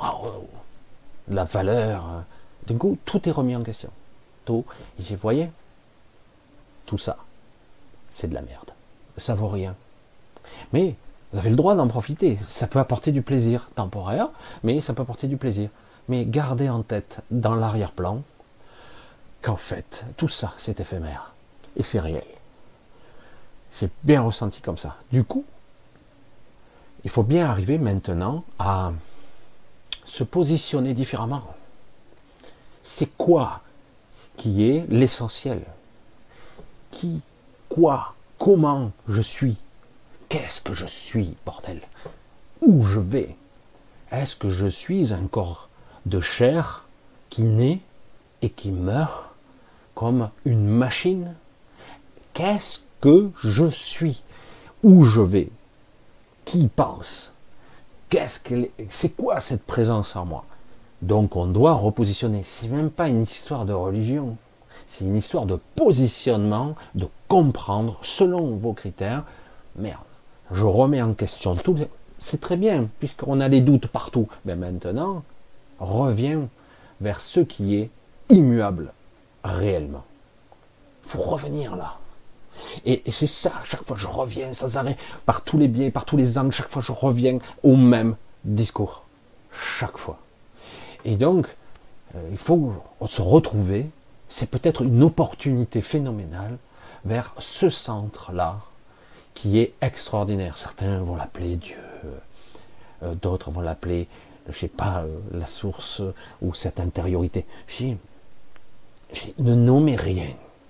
la valeur, d'un coup tout est remis en question. Tout, et vous voyez, tout ça, c'est de la merde. Ça vaut rien. Mais vous avez le droit d'en profiter. Ça peut apporter du plaisir temporaire, mais ça peut apporter du plaisir. Mais gardez en tête, dans l'arrière-plan, qu'en fait, tout ça, c'est éphémère. Et c'est réel. C'est bien ressenti comme ça. Du coup, il faut bien arriver maintenant à se positionner différemment. C'est quoi qui est l'essentiel? Qui, quoi, comment je suis? Qu'est-ce que je suis, bordel? Où je vais? Est-ce que je suis un corps de chair qui naît et qui meurt comme une machine? Qu'est-ce que je suis? Où je vais? Qui pense? C'est quoi cette présence en moi? Donc on doit repositionner. C'est même pas une histoire de religion. C'est une histoire de positionnement, de comprendre selon vos critères. Merde, je remets en question tout. C'est très bien, puisqu'on a des doutes partout. Mais maintenant, reviens vers ce qui est immuable, réellement. Il faut revenir là. Et c'est ça, chaque fois je reviens sans arrêt, par tous les biais, par tous les angles, chaque fois je reviens au même discours. Chaque fois. Et donc, il faut se retrouver, c'est peut-être une opportunité phénoménale vers ce centre-là, qui est extraordinaire. Certains vont l'appeler Dieu, d'autres vont l'appeler, je sais pas, la source ou cette intériorité. Ne nommez rien.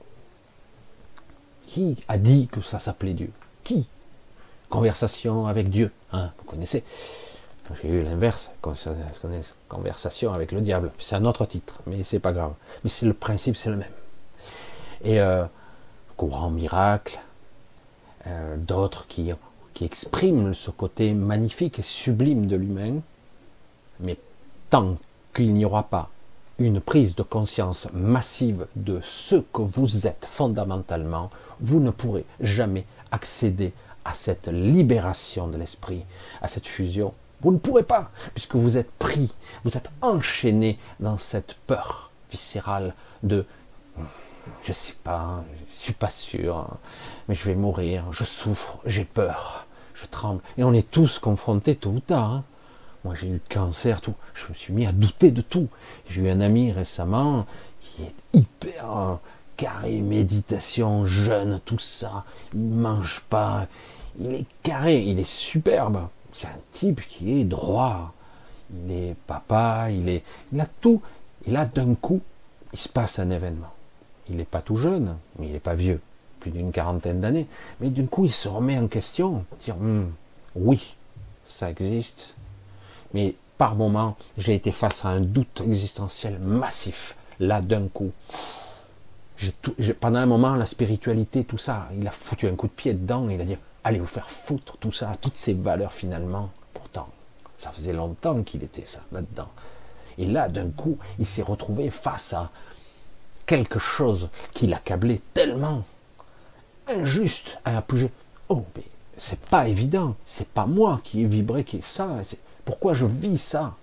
Qui a dit que ça s'appelait Dieu? Qui? Conversation avec Dieu, hein, vous connaissez. J'ai eu l'inverse, conversation avec le diable. C'est un autre titre, mais c'est pas grave. Mais c'est le principe, c'est le même. Et courant miracle, d'autres qui expriment ce côté magnifique et sublime de l'humain, mais tant qu'il n'y aura pas une prise de conscience massive de ce que vous êtes fondamentalement, vous ne pourrez jamais accéder à cette libération de l'esprit, à cette fusion. Vous ne pourrez pas, puisque vous êtes pris, vous êtes enchaîné dans cette peur viscérale de je sais pas, je suis pas sûr, mais je vais mourir, je souffre, j'ai peur, je tremble. Et on est tous confrontés tôt ou tard. Hein. Moi j'ai eu le cancer, tout. Je me suis mis à douter de tout. J'ai eu un ami récemment qui est hyper carré, méditation, jeune, tout ça. Il ne mange pas, il est carré, il est superbe. C'est un type qui est droit. Il est papa, il a tout. Et là d'un coup, il se passe un événement. Il n'est pas tout jeune, mais il n'est pas vieux, plus d'une quarantaine d'années. Mais d'un coup, il se remet en question, dire oui, ça existe. Mais par moment, j'ai été face à un doute existentiel massif. Là, d'un coup, pendant un moment, la spiritualité, tout ça, il a foutu un coup de pied dedans. Et il a dit, allez vous faire foutre tout ça, toutes ces valeurs finalement. Pourtant, ça faisait longtemps qu'il était ça, là-dedans. Et là, d'un coup, il s'est retrouvé face à quelque chose qui l'accablait tellement injuste à un plus. Oh, mais c'est pas évident, c'est pas moi qui ai vibré, qui est ça. Pourquoi je vis ça?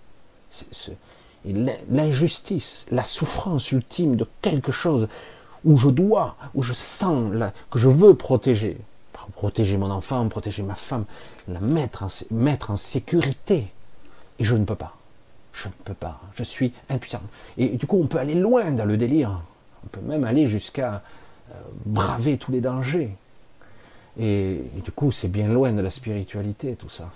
L'injustice, la souffrance ultime de quelque chose où je sens que je veux protéger mon enfant, protéger ma femme, la mettre en sécurité. Et je ne peux pas. Je ne peux pas. Je suis impuissant. Et du coup, on peut aller loin dans le délire. On peut même aller jusqu'à braver tous les dangers. Et du coup, c'est bien loin de la spiritualité, tout ça.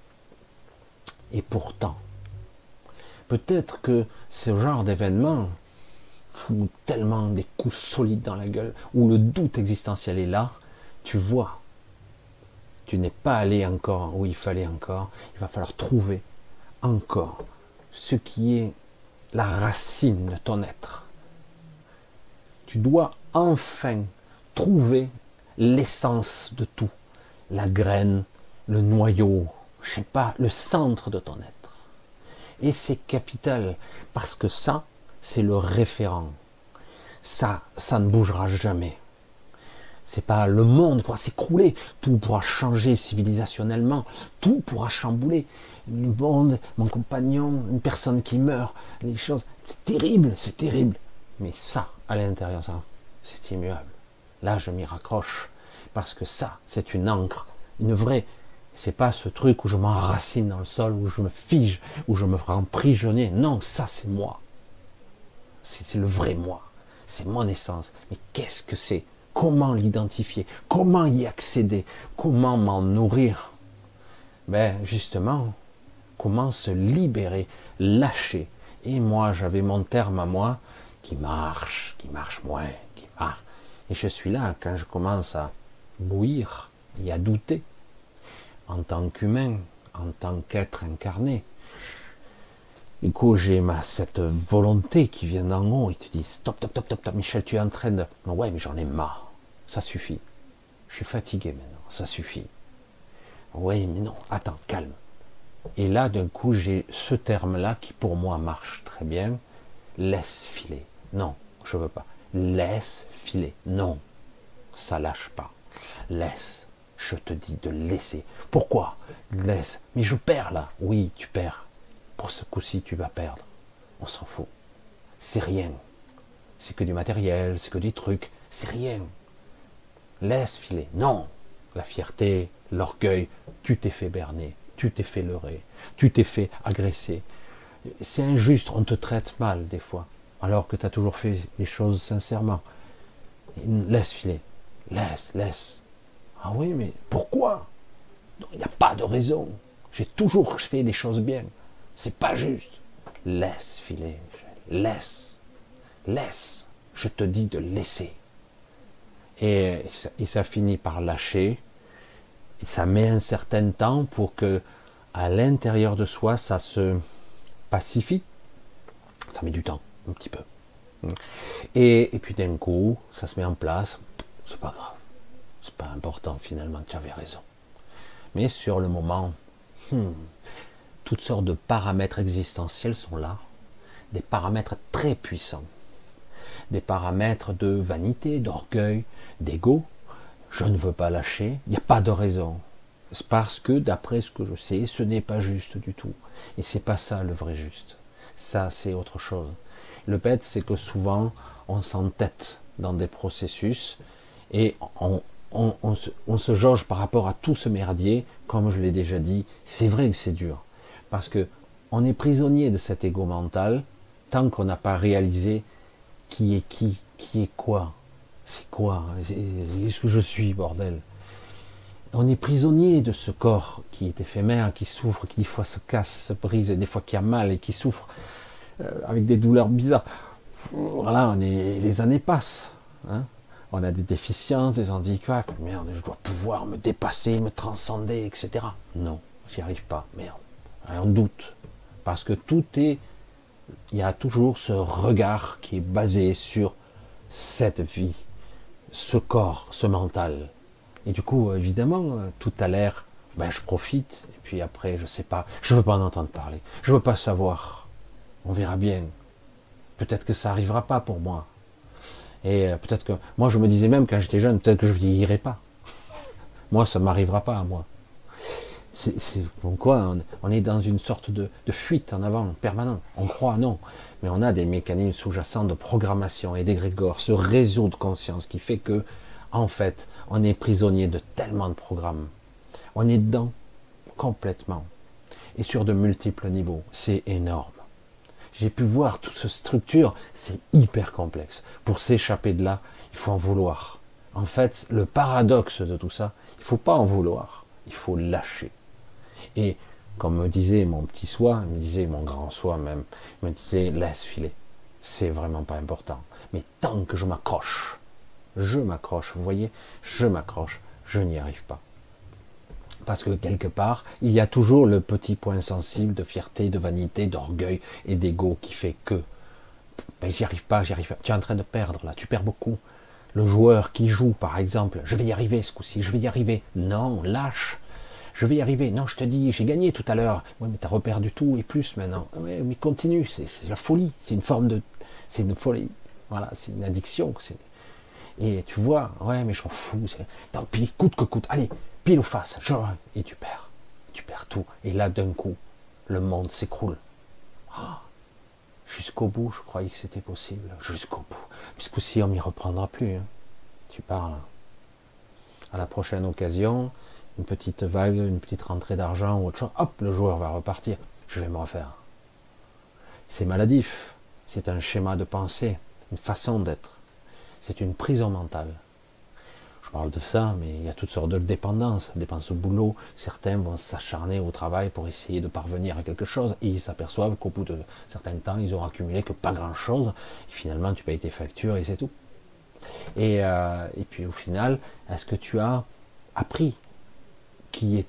Et pourtant, peut-être que ce genre d'événement fout tellement des coups solides dans la gueule, où le doute existentiel est là, tu vois, tu n'es pas allé encore où il fallait encore, il va falloir trouver encore ce qui est la racine de ton être. Tu dois enfin trouver l'essence de tout, la graine, le noyau, je sais pas, le centre de ton être. Et c'est capital, parce que ça, c'est le référent. Ça ne bougera jamais. C'est pas le monde pourra s'écrouler, tout pourra changer civilisationnellement, tout pourra chambouler. Le monde, mon compagnon, une personne qui meurt, les choses, c'est terrible, c'est terrible. Mais ça, à l'intérieur, ça, c'est immuable. Là, je m'y raccroche, parce que ça, c'est une encre, une vraie. C'est pas ce truc où je m'enracine dans le sol, où je me fige, où je me rends prisonnier. Non, ça, c'est moi. C'est le vrai moi. C'est mon essence. Mais qu'est-ce que c'est? Comment l'identifier? Comment y accéder? Comment m'en nourrir? Ben, justement, comment se libérer, lâcher. Et moi, j'avais mon terme à moi, qui marche moins, qui marche. Et je suis là, quand je commence à bouillir et à douter, en tant qu'humain, en tant qu'être incarné. Du coup, j'ai cette volonté qui vient d'en haut et tu dis stop, stop, stop, stop, stop, Michel, tu es en train de... Non, ouais, mais j'en ai marre. Ça suffit. Je suis fatigué maintenant. Ça suffit. Oui, mais non. Attends, calme. Et là, d'un coup, j'ai ce terme-là qui, pour moi, marche très bien. Laisse filer. Non, je veux pas. Laisse filer. Non, ça lâche pas. Laisse. Je te dis de laisser. Pourquoi? Laisse. Mais je perds là. Oui, tu perds. Pour ce coup-ci, tu vas perdre. On s'en fout. C'est rien. C'est que du matériel, c'est que des trucs. C'est rien. Laisse filer. Non. La fierté, l'orgueil, tu t'es fait berner, tu t'es fait leurrer, tu t'es fait agresser. C'est injuste, on te traite mal des fois, alors que tu as toujours fait les choses sincèrement. Laisse filer. Laisse. Ah oui, mais pourquoi? Il n'y a pas de raison. J'ai toujours fait les choses bien. C'est pas juste. Laisse filer. Laisse. Je te dis de laisser. Et ça finit par lâcher. Et ça met un certain temps pour que, à l'intérieur de soi, ça se pacifie. Ça met du temps, un petit peu. Et puis d'un coup, ça se met en place. C'est pas grave. C'est pas important finalement, tu avais raison. Mais sur le moment, toutes sortes de paramètres existentiels sont là. Des paramètres très puissants. Des paramètres de vanité, d'orgueil, d'ego. Je ne veux pas lâcher, il n'y a pas de raison. C'est parce que, d'après ce que je sais, ce n'est pas juste du tout. Et c'est pas ça le vrai juste. Ça, c'est autre chose. Le bête, c'est que souvent, on s'entête dans des processus et on se jauge par rapport à tout ce merdier. Comme je l'ai déjà dit, c'est vrai que c'est dur. Parce que on est prisonnier de cet ego mental tant qu'on n'a pas réalisé qui est quoi. C'est quoi? Qu'est-ce que je suis, bordel? On est prisonnier de ce corps qui est éphémère, qui souffre, qui des fois se casse, se brise, et des fois qui a mal et qui souffre avec des douleurs bizarres. Voilà, les années passent. Hein, on a des déficiences, des handicaps. Merde, je dois pouvoir me dépasser, me transcender, etc. Non, j'y arrive pas. Merde. Et on doute. Parce que il y a toujours ce regard qui est basé sur cette vie, ce corps, ce mental. Et du coup, évidemment, tout a l'air, je profite, et puis après, je sais pas, je veux pas en entendre parler, je veux pas savoir, on verra bien. Peut-être que ça arrivera pas pour moi. Et peut-être que, moi je me disais même quand j'étais jeune, peut-être que je vieillirai pas. Moi, ça m'arrivera pas à moi. C'est pourquoi on est dans une sorte de fuite en avant permanente. On croit, non. Mais on a des mécanismes sous-jacents de programmation et d'égrégore, ce réseau de conscience qui fait que, en fait, on est prisonnier de tellement de programmes. On est dedans complètement. Et sur de multiples niveaux. C'est énorme. j'ai pu voir toute cette structure, c'est hyper complexe. Pour s'échapper de là, il faut en vouloir. En fait, le paradoxe de tout ça, il ne faut pas en vouloir, il faut lâcher. Et comme me disait mon petit soi, me disait mon grand soi même, me disait laisse filer, c'est vraiment pas important. Mais tant que je m'accroche, vous voyez, je m'accroche, je n'y arrive pas. Parce que quelque part, il y a toujours le petit point sensible de fierté, de vanité, d'orgueil et d'ego qui fait que ben, j'y arrive pas. Tu es en train de perdre là, tu perds beaucoup. Le joueur qui joue, par exemple, je vais y arriver ce coup-ci, je vais y arriver. Non, lâche. Je vais y arriver. Non, je te dis, j'ai gagné tout à l'heure. Oui, mais tu as reperdu tout et plus maintenant. Oui, mais continue, c'est la folie. C'est une forme de... C'est une folie. Voilà, c'est une addiction. Et tu vois, ouais, mais je m'en fous. Tant pis, coûte que coûte. Allez, pile ou face. Et tu perds. Tu perds tout. Et là, d'un coup, le monde s'écroule. Oh, jusqu'au bout, je croyais que c'était possible. Jusqu'au bout. Puisque si on m'y reprendra plus. Hein. Tu parles. À la prochaine occasion, une petite vague, une petite rentrée d'argent ou autre chose, hop, le joueur va repartir. Je vais me refaire. C'est maladif. C'est un schéma de pensée, une façon d'être. C'est une prison mentale. Je parle de ça, mais il y a toutes sortes de dépendances. Dépendances au boulot, certains vont s'acharner au travail pour essayer de parvenir à quelque chose, et ils s'aperçoivent qu'au bout de certains temps, ils ont accumulé que pas grand-chose, et finalement tu payes tes factures et c'est tout. Et puis au final, est-ce que tu as appris qui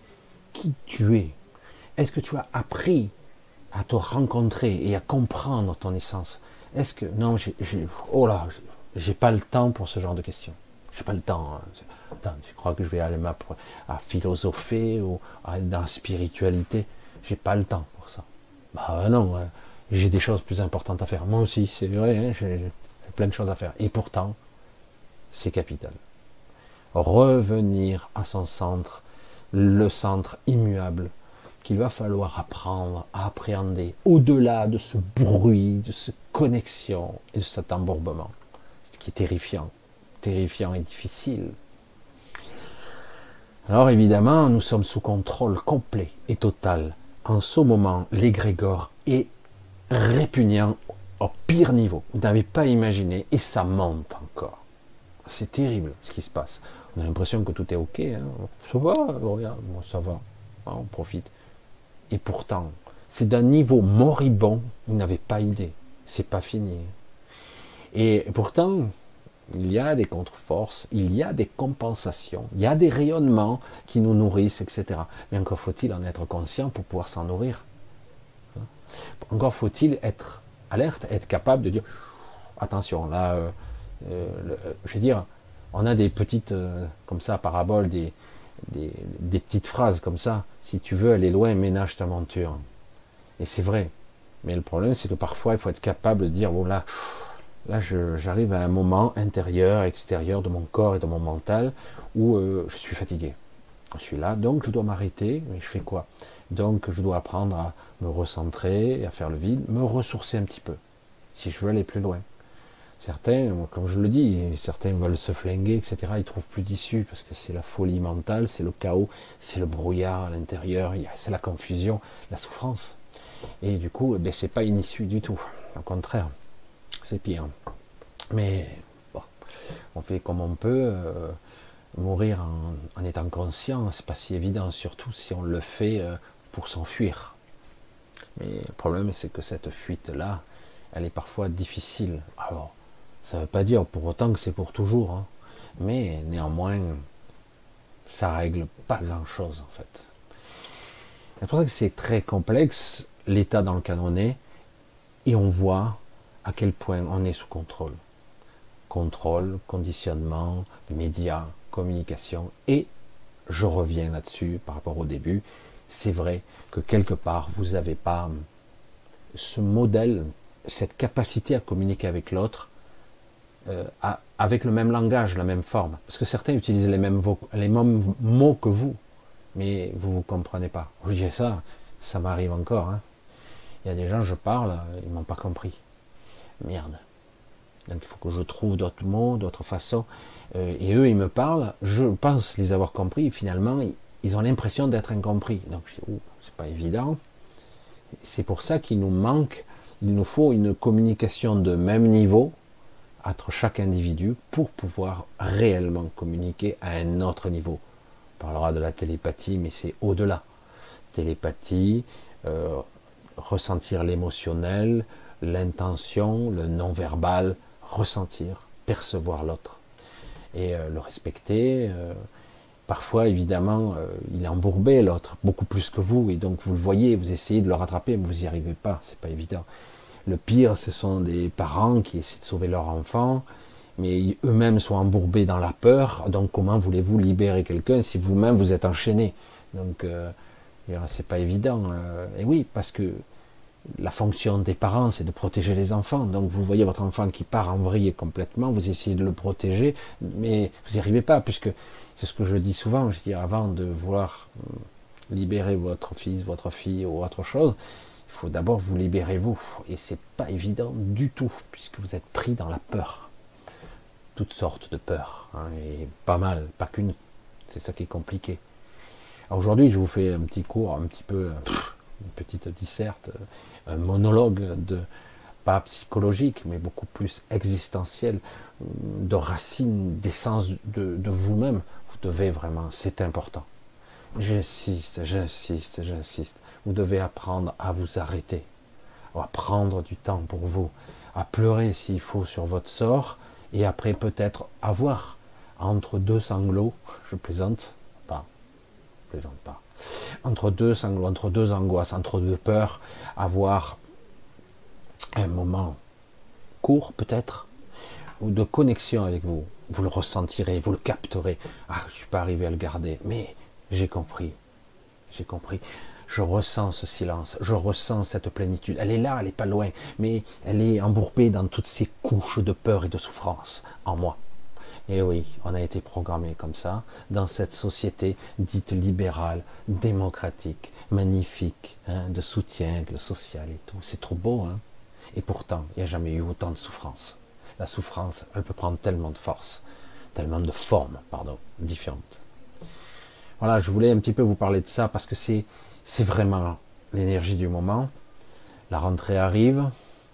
tu es? Est-ce que tu as appris à te rencontrer et à comprendre ton essence? Est-ce que non, j'ai pas le temps pour ce genre de questions. J'ai pas le temps. Hein. Attends, tu crois que je vais aller à philosopher ou à aller dans la spiritualité? J'ai pas le temps pour ça. Bah non, hein. J'ai des choses plus importantes à faire. Moi aussi, c'est vrai, hein, j'ai plein de choses à faire. Et pourtant, c'est capital. Revenir à son centre, le centre immuable, qu'il va falloir apprendre à appréhender au-delà de ce bruit, de cette connexion et de cet embourbement, ce qui est terrifiant et difficile. Alors évidemment, nous sommes sous contrôle complet et total. En ce moment, l'égrégore est répugnant au pire niveau. Vous n'avez pas imaginé, et ça monte encore. C'est terrible ce qui se passe. On a l'impression que tout est ok. Hein. Ça va, regarde, bon, ça va. Ah, on profite. Et pourtant, c'est d'un niveau moribond, vous n'avez pas idée. C'est pas fini. Et pourtant, il y a des contre-forces, il y a des compensations, il y a des rayonnements qui nous nourrissent, etc. Mais encore faut-il en être conscient pour pouvoir s'en nourrir. Encore faut-il être alerte, être capable de dire attention, là, je veux dire, on a des petites, comme ça, paraboles, des petites phrases comme ça. Si tu veux aller loin, ménage ta monture. Et c'est vrai. Mais le problème, c'est que parfois, il faut être capable de dire bon, là j'arrive à un moment intérieur, extérieur de mon corps et de mon mental où je suis fatigué. Je suis là, donc je dois m'arrêter, mais je fais quoi? Donc je dois apprendre à me recentrer, à faire le vide, me ressourcer un petit peu, si je veux aller plus loin. Certains, comme je le dis, certains veulent se flinguer, etc. Ils trouvent plus d'issue parce que c'est la folie mentale, c'est le chaos, c'est le brouillard à l'intérieur, c'est la confusion, la souffrance. Et du coup, ben, c'est pas une issue du tout. Au contraire, c'est pire. Mais bon, on fait comme on peut. Mourir en étant conscient, c'est pas si évident, surtout si on le fait pour s'enfuir. Mais le problème, c'est que cette fuite-là, elle est parfois difficile. Alors, ça ne veut pas dire pour autant que c'est pour toujours, hein. Mais néanmoins, ça règle pas grand-chose en fait. C'est pour ça que c'est très complexe, l'état dans lequel on est, et on voit à quel point on est sous contrôle. Contrôle, conditionnement, médias, communication, et je reviens là-dessus par rapport au début, c'est vrai que quelque part vous n'avez pas ce modèle, cette capacité à communiquer avec l'autre avec le même langage, la même forme, parce que certains utilisent les mêmes mots que vous, mais vous ne vous comprenez pas. Je dis ça m'arrive encore, hein. Il y a des gens, je parle, ils m'ont pas compris, merde. Donc il faut que je trouve d'autres mots, d'autres façons. Et eux, ils me parlent, je pense les avoir compris, et finalement, ils ont l'impression d'être incompris. Donc je dis, c'est pas évident. C'est pour ça qu'il nous manque Il nous faut une communication de même niveau entre chaque individu pour pouvoir réellement communiquer à un autre niveau. On parlera de la télépathie, mais c'est au-delà. Télépathie, ressentir l'émotionnel, l'intention, le non-verbal, ressentir, percevoir l'autre et le respecter. Parfois, évidemment, il est embourbé l'autre, beaucoup plus que vous, et donc vous le voyez, vous essayez de le rattraper, mais vous n'y arrivez pas, c'est pas évident. Le pire, ce sont des parents qui essaient de sauver leur enfant, mais eux-mêmes sont embourbés dans la peur, donc comment voulez-vous libérer quelqu'un si vous-même vous êtes enchaîné? Donc, c'est pas évident. Et oui, parce que la fonction des parents, c'est de protéger les enfants. Donc vous voyez votre enfant qui part en vrille complètement, vous essayez de le protéger, mais vous n'y arrivez pas, puisque c'est ce que je dis souvent, je dis avant de vouloir libérer votre fils, votre fille ou autre chose, il faut d'abord vous libérer vous. Et c'est pas évident du tout, puisque vous êtes pris dans la peur. Toutes sortes de peurs, hein, et pas mal, pas qu'une. C'est ça qui est compliqué. Aujourd'hui, je vous fais un petit cours, un petit peu, une petite disserte, un monologue pas psychologique, mais beaucoup plus existentiel, de racines, d'essence de vous-même. Vous devez vraiment, c'est important. J'insiste, j'insiste, j'insiste. Vous devez apprendre à vous arrêter, à prendre du temps pour vous, à pleurer s'il faut sur votre sort, et après peut-être avoir entre deux sanglots, je plaisante pas, entre deux sanglots, entre deux angoisses, entre deux peurs, avoir un moment court peut-être, ou de connexion avec vous. Vous le ressentirez, vous le capterez. Ah, je suis pas arrivé à le garder, mais j'ai compris. Je ressens ce silence, je ressens cette plénitude. Elle est là, elle n'est pas loin, mais elle est embourbée dans toutes ces couches de peur et de souffrance en moi. Et oui, on a été programmé comme ça, dans cette société dite libérale, démocratique, magnifique, hein, de soutien, de social et tout. C'est trop beau, hein. Et pourtant, il n'y a jamais eu autant de souffrance. La souffrance, elle peut prendre tellement de force, tellement de formes, différentes. Voilà, je voulais un petit peu vous parler de ça parce que c'est vraiment l'énergie du moment. La rentrée arrive,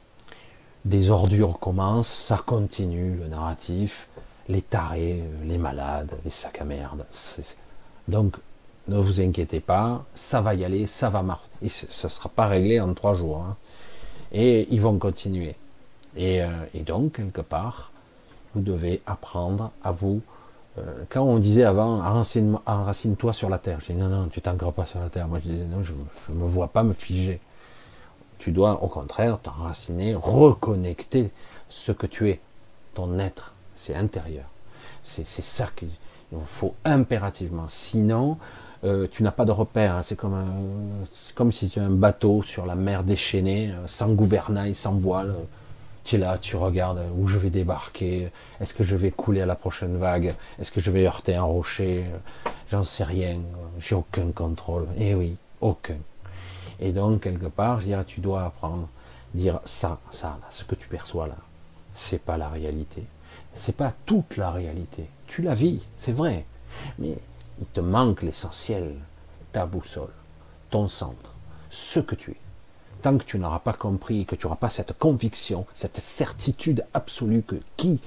des ordures commencent, ça continue, le narratif, les tarés, les malades, les sacs à merde. Donc, ne vous inquiétez pas, ça va y aller, ça va marcher. Et ça ne sera pas réglé en 3 jours. Hein. Et ils vont continuer. Et donc, quelque part, vous devez apprendre à vous... quand on disait avant, enracine-toi sur la terre. Je dis non, tu t'ancres pas sur la terre. Moi, je disais non, je ne me vois pas me figer. Tu dois, au contraire, t'enraciner, reconnecter ce que tu es, ton être. C'est intérieur. C'est ça qu'il faut impérativement. Sinon, tu n'as pas de repère. C'est comme si tu as un bateau sur la mer déchaînée, sans gouvernail, sans voile. Tu es là, tu regardes où je vais débarquer. Est-ce que je vais couler à la prochaine vague? Est-ce que je vais heurter un rocher? J'en sais rien. J'ai aucun contrôle. Eh oui, aucun. Et donc, quelque part, je dirais, tu dois apprendre, dire ça, ce que tu perçois là, c'est pas la réalité. C'est pas toute la réalité. Tu la vis, c'est vrai. Mais il te manque l'essentiel, ta boussole, ton centre, ce que tu es. Tant que tu n'auras pas compris, que tu n'auras pas cette conviction, cette certitude absolue que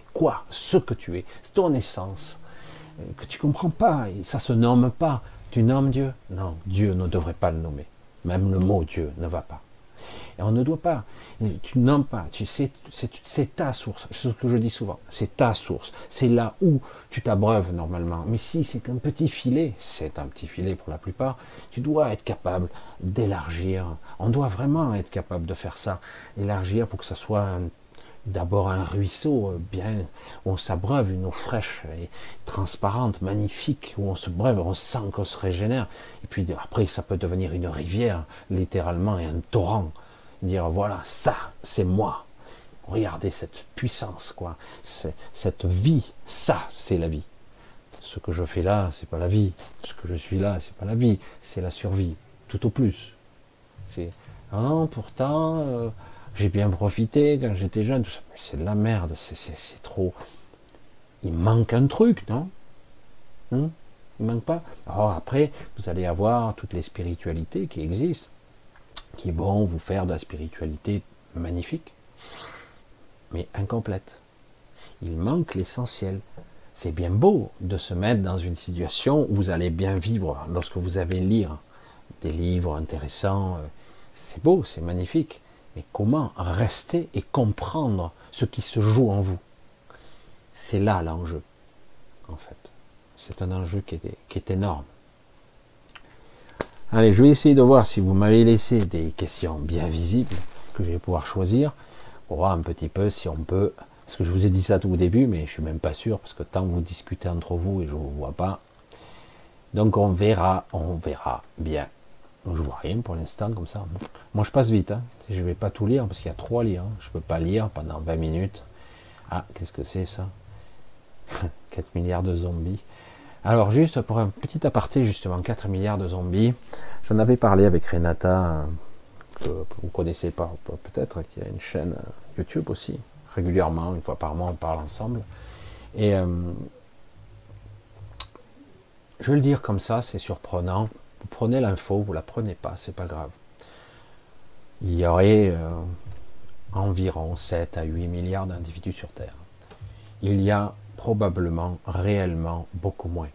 ce que tu es, ton essence, que tu comprends pas, et ça se nomme pas. Tu nommes Dieu? Non, Dieu ne devrait pas le nommer. Même le mot Dieu ne va pas. Et on ne doit pas. Tu nommes pas. C'est ta source. C'est ce que je dis souvent. C'est ta source. C'est là où tu t'abreuves normalement. Mais si c'est qu'un petit filet, c'est un petit filet pour la plupart, tu dois être capable d'élargir. On doit vraiment être capable de faire ça. Élargir pour que ça soit d'abord un ruisseau bien, où on s'abreuve, une eau fraîche et transparente, magnifique, où on se breuve, on sent qu'on se régénère. Et puis après, ça peut devenir une rivière, littéralement, et un torrent. Dire voilà, ça, c'est moi. Regardez cette puissance, quoi. Cette vie, ça, c'est la vie. Ce que je fais là, c'est pas la vie. Ce que je suis là, c'est pas la vie. C'est la survie, tout au plus. C'est non, pourtant, j'ai bien profité quand j'étais jeune. Tout ça. Mais c'est de la merde. C'est trop. Il manque un truc, non? Il manque pas. Alors après, vous allez avoir toutes les spiritualités qui existent, qui vont vous faire de la spiritualité magnifique, mais incomplète. Il manque l'essentiel. C'est bien beau de se mettre dans une situation où vous allez bien vivre lorsque vous allez lire des livres intéressants. C'est beau, c'est magnifique. Mais comment rester et comprendre ce qui se joue en vous? C'est là l'enjeu, en fait. C'est un enjeu qui est énorme. Allez, je vais essayer de voir si vous m'avez laissé des questions bien visibles que je vais pouvoir choisir pour voir un petit peu si on peut. Parce que je vous ai dit ça tout au début, mais je suis même pas sûr parce que tant que vous discutez entre vous et je vous vois pas. Donc on verra bien. Donc, je vois rien pour l'instant comme ça. Moi je passe vite. Hein. Je vais pas tout lire parce qu'il y a trop à lire. Hein. Je peux pas lire pendant 20 minutes. Ah, qu'est-ce que c'est ça? 4 milliards de zombies. Alors juste pour un petit aparté, justement, 4 milliards de zombies. J'en avais parlé avec Renata, que vous connaissez pas peut-être, qui a une chaîne YouTube aussi. Régulièrement, une fois par mois, on parle ensemble. Et je vais le dire comme ça, c'est surprenant. Vous prenez l'info, vous la prenez pas, c'est pas grave. Il y aurait environ 7 à 8 milliards d'individus sur Terre. Il y a probablement, réellement, beaucoup moins.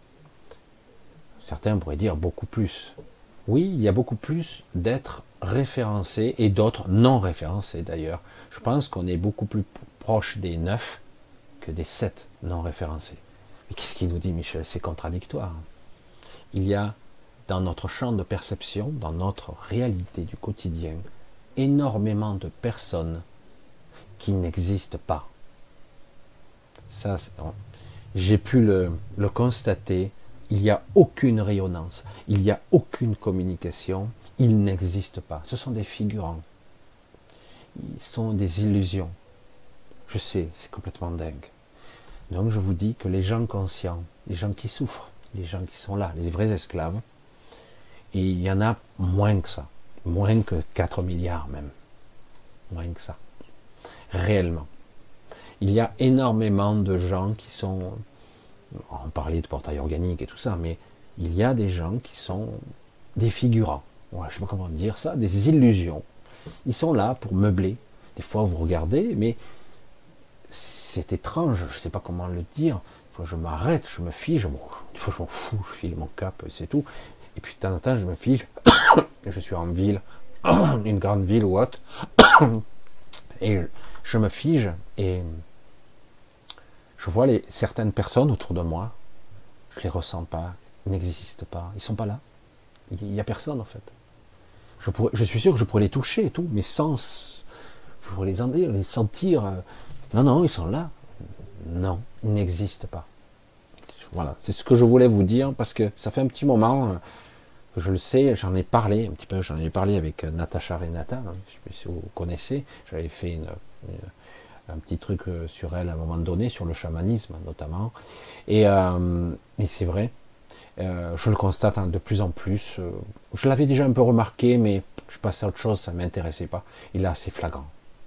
Certains pourraient dire beaucoup plus. Oui, il y a beaucoup plus d'êtres référencés et d'autres non référencés d'ailleurs. Je pense qu'on est beaucoup plus proche des 9 que des 7 non référencés. Mais qu'est-ce qu'il nous dit, Michel? C'est contradictoire. Il y a dans notre champ de perception, dans notre réalité du quotidien, énormément de personnes qui n'existent pas. Ça, j'ai pu le constater. Il n'y a aucune rayonnance, il n'y a aucune communication, ils n'existent pas. Ce sont des figurants. Ils sont des illusions. Je sais, c'est complètement dingue. Donc je vous dis que les gens conscients, les gens qui souffrent, les gens qui sont là, les vrais esclaves, et il y en a moins que ça. Moins que 4 milliards même. Moins que ça. Réellement. Il y a énormément de gens qui sont... On parlait de portail organique et tout ça, mais il y a des gens qui sont des figurants. Ouais, je ne sais pas comment dire ça, des illusions. Ils sont là pour meubler. Des fois, vous regardez, mais c'est étrange, je ne sais pas comment le dire. Des fois, je m'arrête, je me fige. Bon, des fois, je m'en fous, je file mon cap, c'est tout. Et puis, de temps en temps, je me fige. Je suis en ville, une grande ville ou autre. Et je me fige et je vois certaines personnes autour de moi, je les ressens pas, ils n'existent pas, ils sont pas là. Il n'y a personne en fait. Je suis sûr que je pourrais les toucher et tout, mais sans, je pourrais les sentir. Non, ils sont là. Non, ils n'existent pas. Voilà, c'est ce que je voulais vous dire parce que ça fait un petit moment que je le sais, j'en ai parlé un petit peu, j'en ai parlé avec Natacha Renata, hein, je sais pas si vous connaissez, j'avais fait un petit truc sur elle à un moment donné, sur le chamanisme notamment, et c'est vrai, je le constate de plus en plus, je l'avais déjà un peu remarqué, mais je passais à autre chose, ça ne m'intéressait pas, et là c'est flagrant,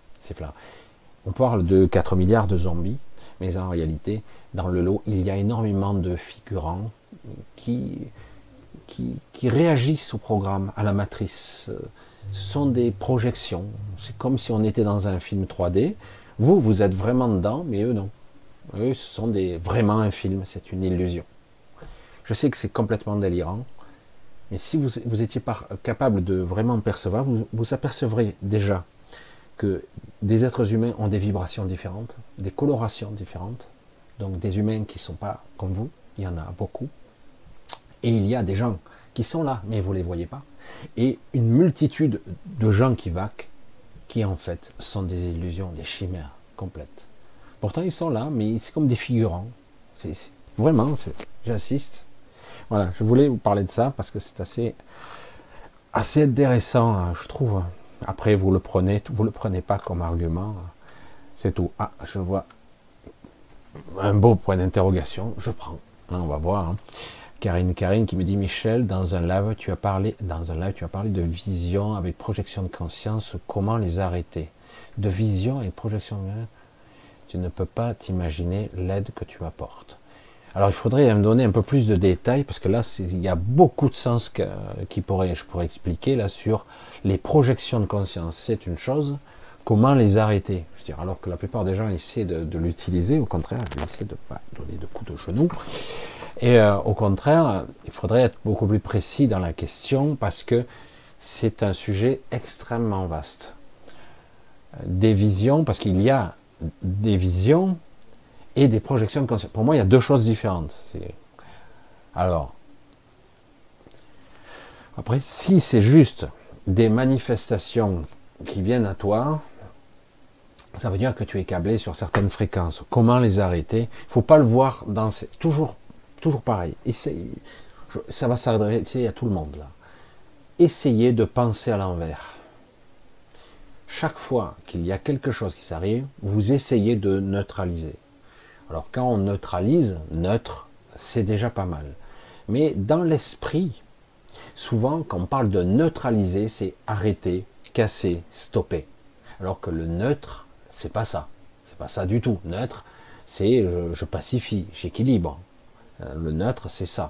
On parle de 4 milliards de zombies, mais en réalité, dans le lot, il y a énormément de figurants qui réagissent au programme, à la matrice. Ce sont des projections, c'est comme si on était dans un film 3D, vous êtes vraiment dedans, mais eux non. Eux, ce sont vraiment un film, c'est une illusion. Je sais que c'est complètement délirant, mais si vous étiez pas capable de vraiment percevoir, vous apercevrez déjà que des êtres humains ont des vibrations différentes, des colorations différentes, donc des humains qui ne sont pas comme vous, il y en a beaucoup, et il y a des gens qui sont là, mais vous ne les voyez pas, et une multitude de gens qui vaquent, qui en fait sont des illusions, des chimères complètes. Pourtant ils sont là, mais c'est comme des figurants. Vraiment, j'insiste. Voilà, je voulais vous parler de ça parce que c'est assez intéressant, je trouve. Après, vous le prenez pas comme argument, c'est tout. Ah, je vois un beau point d'interrogation, je prends. On va voir. Hein. Karine qui me dit, Michel, dans un live tu as parlé de vision avec projection de conscience, comment les arrêter? De vision et de projection de conscience, tu ne peux pas t'imaginer l'aide que tu apportes. Alors il faudrait me donner un peu plus de détails parce que là il y a beaucoup de sens je pourrais expliquer là sur les projections de conscience. C'est une chose, Comment les arrêter? Je veux dire, alors que la plupart des gens essaient de l'utiliser, au contraire, ils essaient de ne pas donner de coups de genou. Et au contraire, il faudrait être beaucoup plus précis dans la question parce que c'est un sujet extrêmement vaste. Des visions, parce qu'il y a des visions et des projections de conscience. Pour moi, il y a deux choses différentes. Alors, après, si c'est juste des manifestations qui viennent à toi, ça veut dire que tu es câblé sur certaines fréquences. Comment les arrêter? Il ne faut pas le voir dans toujours pareil. Ça va s'adresser à tout le monde là. Essayez de penser à l'envers. Chaque fois qu'il y a quelque chose qui s'arrive, vous essayez de neutraliser. Alors quand on neutralise, neutre, c'est déjà pas mal. Mais dans l'esprit, souvent quand on parle de neutraliser, c'est arrêter, casser, stopper. Alors que le neutre, c'est pas ça. C'est pas ça du tout. Neutre, c'est je pacifie, j'équilibre. Le neutre, c'est ça.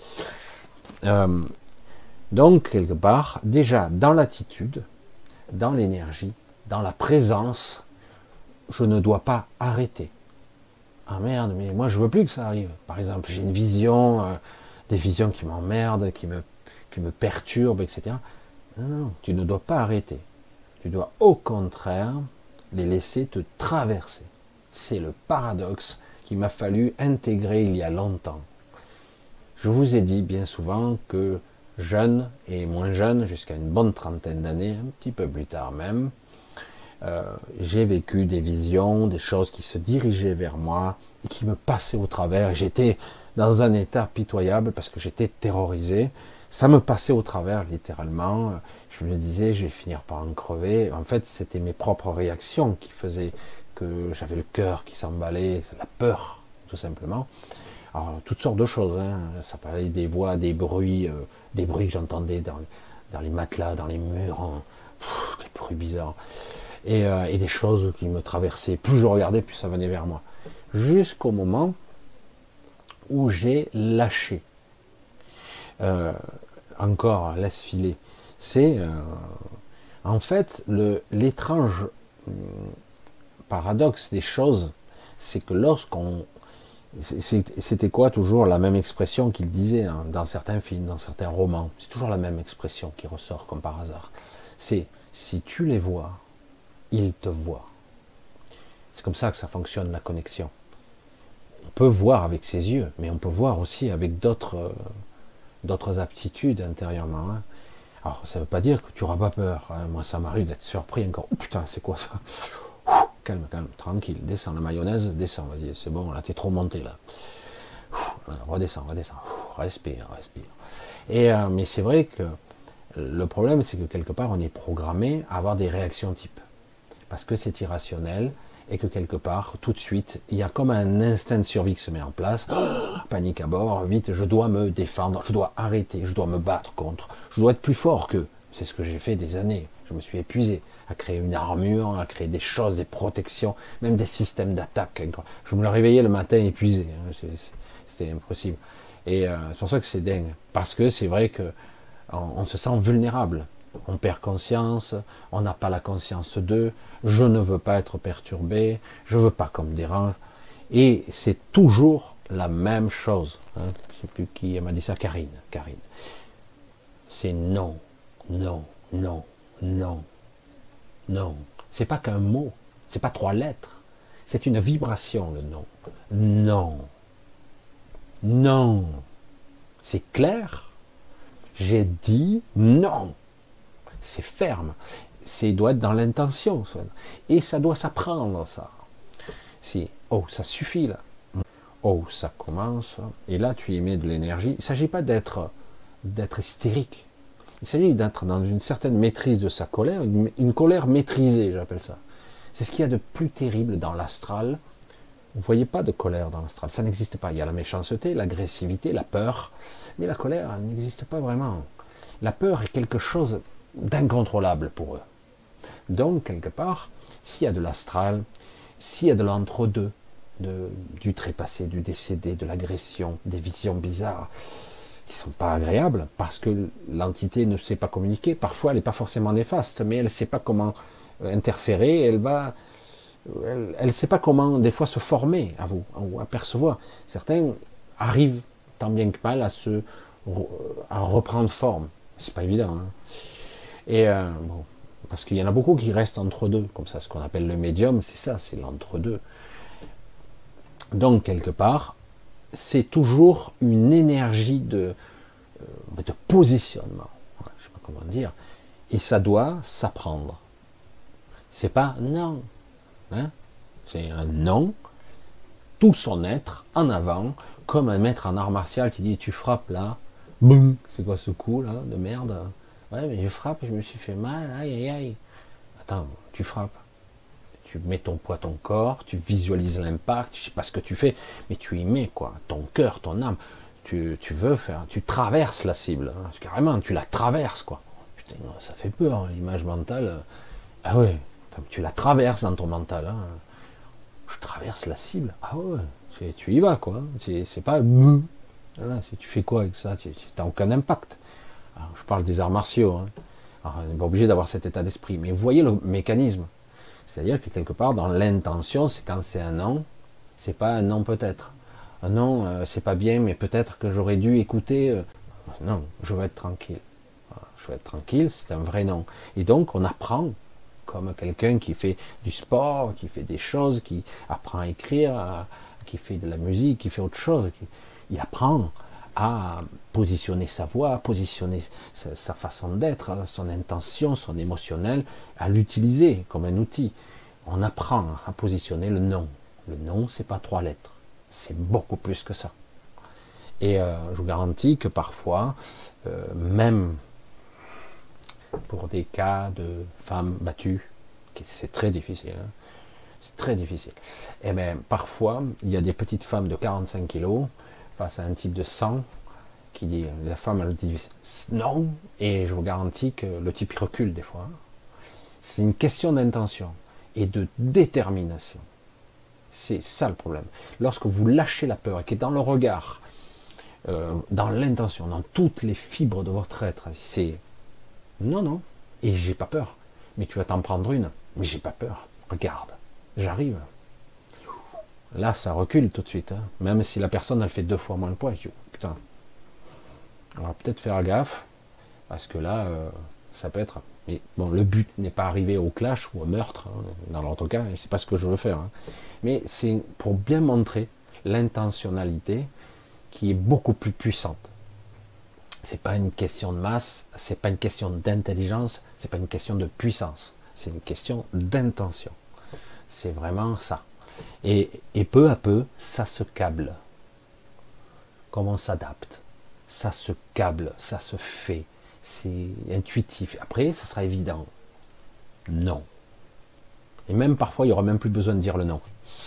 Donc, quelque part, déjà, dans l'attitude, dans l'énergie, dans la présence, je ne dois pas arrêter. Ah merde, mais moi je veux plus que ça arrive. Par exemple, j'ai une vision, des visions qui m'emmerdent, qui me perturbent, etc. Non, tu ne dois pas arrêter. Tu dois au contraire les laisser te traverser. C'est le paradoxe qu'il m'a fallu intégrer il y a longtemps. Je vous ai dit bien souvent que jeune et moins jeune, jusqu'à une bonne trentaine d'années, un petit peu plus tard même, j'ai vécu des visions, des choses qui se dirigeaient vers moi et qui me passaient au travers. J'étais dans un état pitoyable parce que j'étais terrorisé. Ça me passait au travers littéralement. Je me disais, je vais finir par en crever. En fait, c'était mes propres réactions qui faisaient que j'avais le cœur qui s'emballait, la peur, tout simplement. Alors, toutes sortes de choses. Hein. Ça parlait des voix, des bruits que j'entendais dans les matelas, dans les murs, des bruits bizarres. Et des choses qui me traversaient. Plus je regardais, plus ça venait vers moi. Jusqu'au moment où j'ai lâché. Encore, laisse filer. C'est en fait l'étrange paradoxe des choses, c'est que lorsqu'on... C'était quoi toujours la même expression qu'il disait hein, dans certains films, dans certains romans. C'est toujours la même expression qui ressort comme par hasard. C'est si tu les vois, ils te voient. C'est comme ça que ça fonctionne la connexion. On peut voir avec ses yeux, mais on peut voir aussi avec d'autres aptitudes intérieurement. Hein. Alors ça ne veut pas dire que tu n'auras pas peur. Hein. Moi ça m'arrive d'être surpris encore. Oh putain, c'est quoi ça? Calme, tranquille, descends la mayonnaise, descends, vas-y, c'est bon, là t'es trop monté là. Redescends, respire. Et mais c'est vrai que le problème, c'est que quelque part on est programmé à avoir des réactions type, parce que c'est irrationnel et que quelque part, tout de suite, il y a comme un instinct de survie qui se met en place. Panique à bord, vite, je dois me défendre, je dois arrêter, je dois me battre contre, je dois être plus fort qu'eux. C'est ce que j'ai fait des années. Je me suis épuisé à créer une armure, à créer des choses, des protections, même des systèmes d'attaque. Je me réveillais le matin épuisé. Hein. C'était impossible. Et c'est pour ça que c'est dingue. Parce que c'est vrai que on se sent vulnérable. On perd conscience, on n'a pas la conscience d'eux, je ne veux pas être perturbé, je ne veux pas qu'on me dérange. Et c'est toujours la même chose. Hein. Je ne sais plus qui m'a dit ça, Karine. C'est non. C'est pas qu'un mot, c'est pas 3 lettres, c'est une vibration le non. Non. C'est clair. J'ai dit non. C'est ferme. C'est doit être dans l'intention. Et ça doit s'apprendre ça. Si ça suffit là. Ça commence. Et là tu y mets de l'énergie. Il ne s'agit pas d'être hystérique. Il s'agit d'être dans une certaine maîtrise de sa colère, une colère maîtrisée, j'appelle ça. C'est ce qu'il y a de plus terrible dans l'astral. Vous ne voyez pas de colère dans l'astral, ça n'existe pas. Il y a la méchanceté, l'agressivité, la peur, mais la colère n'existe pas vraiment. La peur est quelque chose d'incontrôlable pour eux. Donc, quelque part, s'il y a de l'astral, s'il y a de l'entre-deux, du trépassé, du décédé, de l'agression, des visions bizarres, qui ne sont pas agréables, parce que l'entité ne sait pas communiquer. Parfois, elle n'est pas forcément néfaste, mais elle ne sait pas comment interférer, elle ne sait pas comment des fois se former à vous, ou à percevoir. Certains arrivent tant bien que mal à reprendre forme. C'est pas évident. Hein. Et bon, parce qu'il y en a beaucoup qui restent entre deux, comme ça, ce qu'on appelle le médium, c'est ça, c'est l'entre-deux. Donc quelque part, c'est toujours une énergie de positionnement, je ne sais pas comment dire, et ça doit s'apprendre. C'est pas non, hein, c'est un non, tout son être en avant, comme un maître en art martial qui dit tu frappes là, boum, c'est quoi ce coup là de merde? Ouais, mais je frappe, je me suis fait mal, aïe aïe aïe. Attends, tu frappes, tu mets ton poids, ton corps, tu visualises l'impact, je sais pas ce que tu fais, mais tu y mets quoi, ton cœur, ton âme. Tu veux faire, tu traverses la cible, hein, carrément, tu la traverses quoi. Putain, ça fait peur, hein, l'image mentale. Ah ouais, tu la traverses dans ton mental. Hein. Je traverse la cible. Ah ouais, tu y vas quoi. C'est pas. Voilà, si tu fais quoi avec ça, tu n'as aucun impact. Alors, je parle des arts martiaux. Hein. Alors, on n'est pas obligé d'avoir cet état d'esprit, mais vous voyez le mécanisme. C'est-à-dire que quelque part, dans l'intention, c'est quand c'est un non, c'est pas un non peut-être. Un non, c'est pas bien, mais peut-être que j'aurais dû écouter. Non, je veux être tranquille. Voilà, je veux être tranquille, c'est un vrai non. Et donc, on apprend, comme quelqu'un qui fait du sport, qui fait des choses, qui apprend à écrire, qui fait de la musique, qui fait autre chose. Il apprend à positionner sa voix, positionner sa façon d'être, son intention, son émotionnel, à l'utiliser comme un outil. On apprend à positionner le non. Le non, c'est pas 3 lettres, c'est beaucoup plus que ça. Et je vous garantis que parfois, même pour des cas de femmes battues, c'est très difficile, hein, c'est très difficile. Et bien parfois, il y a des petites femmes de 45 kilos face à un type de 100 qui dit, la femme elle dit non, et je vous garantis que le type il recule des fois. C'est une question d'intention et de détermination. C'est ça le problème. Lorsque vous lâchez la peur et qui est dans le regard, dans l'intention, dans toutes les fibres de votre être, c'est non, non, et j'ai pas peur. Mais tu vas t'en prendre une, mais j'ai pas peur. Regarde, j'arrive. Là, ça recule tout de suite. Hein. Même si la personne elle fait 2 fois moins le poids, je dis, oh, putain, on va peut-être faire gaffe, parce que là, ça peut être. Mais bon, le but n'est pas arrivé au clash ou au meurtre, hein, dans l'autre cas, et c'est pas ce que je veux faire. Hein. Mais c'est pour bien montrer l'intentionnalité qui est beaucoup plus puissante. C'est pas une question de masse, c'est pas une question d'intelligence, c'est pas une question de puissance, c'est une question d'intention. C'est vraiment ça. Et peu à peu, ça se câble. Comme on s'adapte, ça se câble, ça se fait. C'est intuitif. Après, ça sera évident. Non. Et même parfois, il n'y aura même plus besoin de dire le non.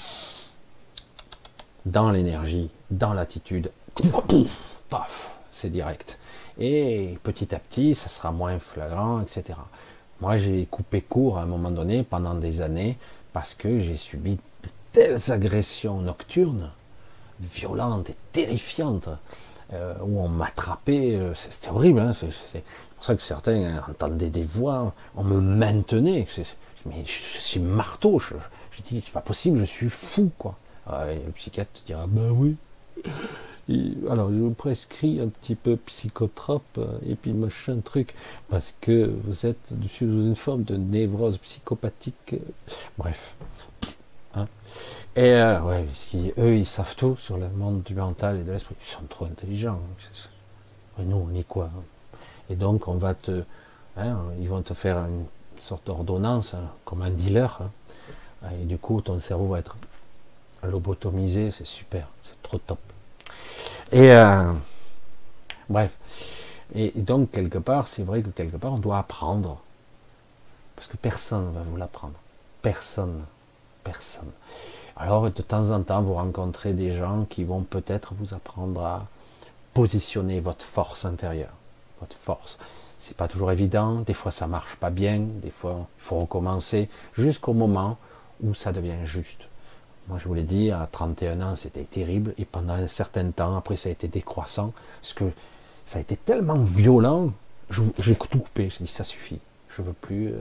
Dans l'énergie, dans l'attitude, paf, c'est direct. Et petit à petit, ça sera moins flagrant, etc. Moi, j'ai coupé court à un moment donné, pendant des années, parce que j'ai subi de telles agressions nocturnes, violentes et terrifiantes, où on m'attrapait, c'était horrible, hein, c'est pour ça que certains entendaient des voix, on me maintenait, mais je suis marteau, je dis, c'est pas possible, je suis fou, quoi. Et le psychiatre te dira, ben oui, et alors je vous prescris un petit peu psychotrope, et puis machin truc, parce que vous êtes sous une forme de névrose psychopathique, bref. Hein. Et ouais, eux ils savent tout sur le monde du mental et de l'esprit, ils sont trop intelligents. Et nous on est quoi, hein. Et donc on va ils vont te faire une sorte d'ordonnance, hein, comme un dealer, hein. Et du coup ton cerveau va être lobotomisé, c'est super, c'est trop top. Et bref, et donc quelque part, c'est vrai que quelque part on doit apprendre, parce que personne ne va vous l'apprendre, personne. Alors de temps en temps, vous rencontrez des gens qui vont peut-être vous apprendre à positionner votre force intérieure, votre force. C'est pas toujours évident, des fois ça marche pas bien, des fois il faut recommencer, jusqu'au moment où ça devient juste. Moi je vous l'ai dit, à 31 ans c'était terrible, et pendant un certain temps, après ça a été décroissant, parce que ça a été tellement violent, j'ai tout coupé, j'ai dit ça suffit, je veux plus,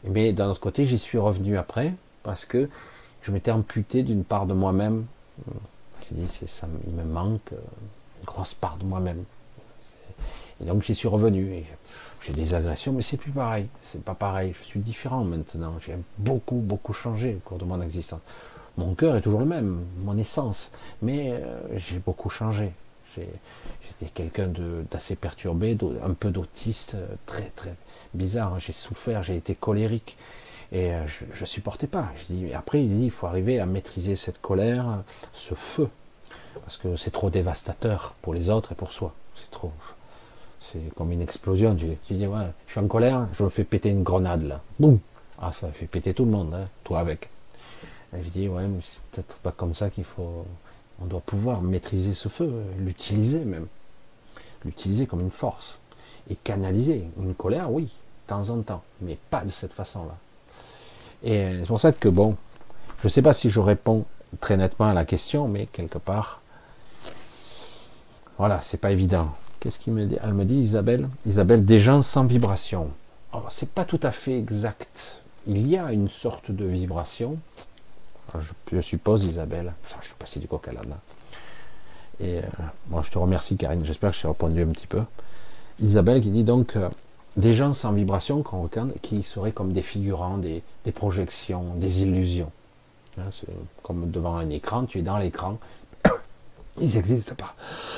Mais d'un autre côté, j'y suis revenu après, parce que je m'étais amputé d'une part de moi-même. J'ai dit, il me manque une grosse part de moi-même. Et donc j'y suis revenu. Et j'ai des agressions, mais c'est plus pareil. C'est pas pareil. Je suis différent maintenant. J'ai beaucoup, beaucoup changé au cours de mon existence. Mon cœur est toujours le même, mon essence, mais j'ai beaucoup changé. J'étais quelqu'un d'assez perturbé, un peu d'autiste, très très bizarre. J'ai souffert, j'ai été colérique et je supportais pas. Je dis, après, il faut arriver à maîtriser cette colère, ce feu, parce que c'est trop dévastateur pour les autres et pour soi. C'est comme une explosion. Tu dis, ouais, je suis en colère, je me fais péter une grenade là. Boum. Ah, ça fait péter tout le monde, hein, toi avec. Et je dis, ouais, mais c'est peut-être pas comme ça qu'il faut. On doit pouvoir maîtriser ce feu, l'utiliser même. L'utiliser comme une force. Et canaliser une colère, oui, de temps en temps, mais pas de cette façon-là. Et c'est pour ça que, bon, je ne sais pas si je réponds très nettement à la question, mais quelque part, voilà, c'est pas évident. Qu'est-ce qu'il me dit? Elle me dit, Isabelle, des gens sans vibration. Alors, c'est pas tout à fait exact. Il y a une sorte de vibration. Je suppose, Isabelle. Enfin, je suis passé du coq à l'âne. Et bon, je te remercie, Karine. J'espère que je t'ai répondu un petit peu. Isabelle qui dit donc des gens sans vibration qu'on regarde, qui seraient comme des figurants, des projections, des illusions. Hein, c'est comme devant un écran, tu es dans l'écran. Ils n'existent pas.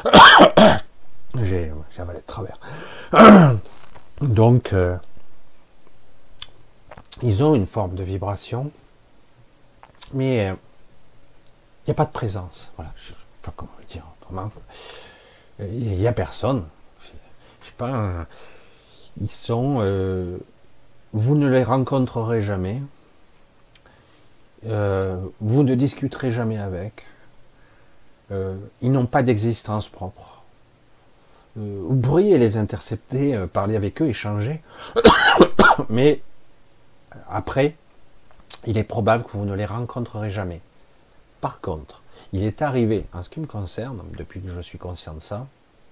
J'ai avalé de travers. Donc, ils ont une forme de vibration, mais il n'y a pas de présence. Voilà, je ne sais pas comment le dire autrement. Il n'y a personne. Je sais pas. Ils sont. Vous ne les rencontrerez jamais. Vous ne discuterez jamais avec. Ils n'ont pas d'existence propre. Vous pourriez les intercepter, parler avec eux, échanger, mais après, il est probable que vous ne les rencontrerez jamais. Par contre, il est arrivé, en ce qui me concerne, depuis que je suis conscient de ça,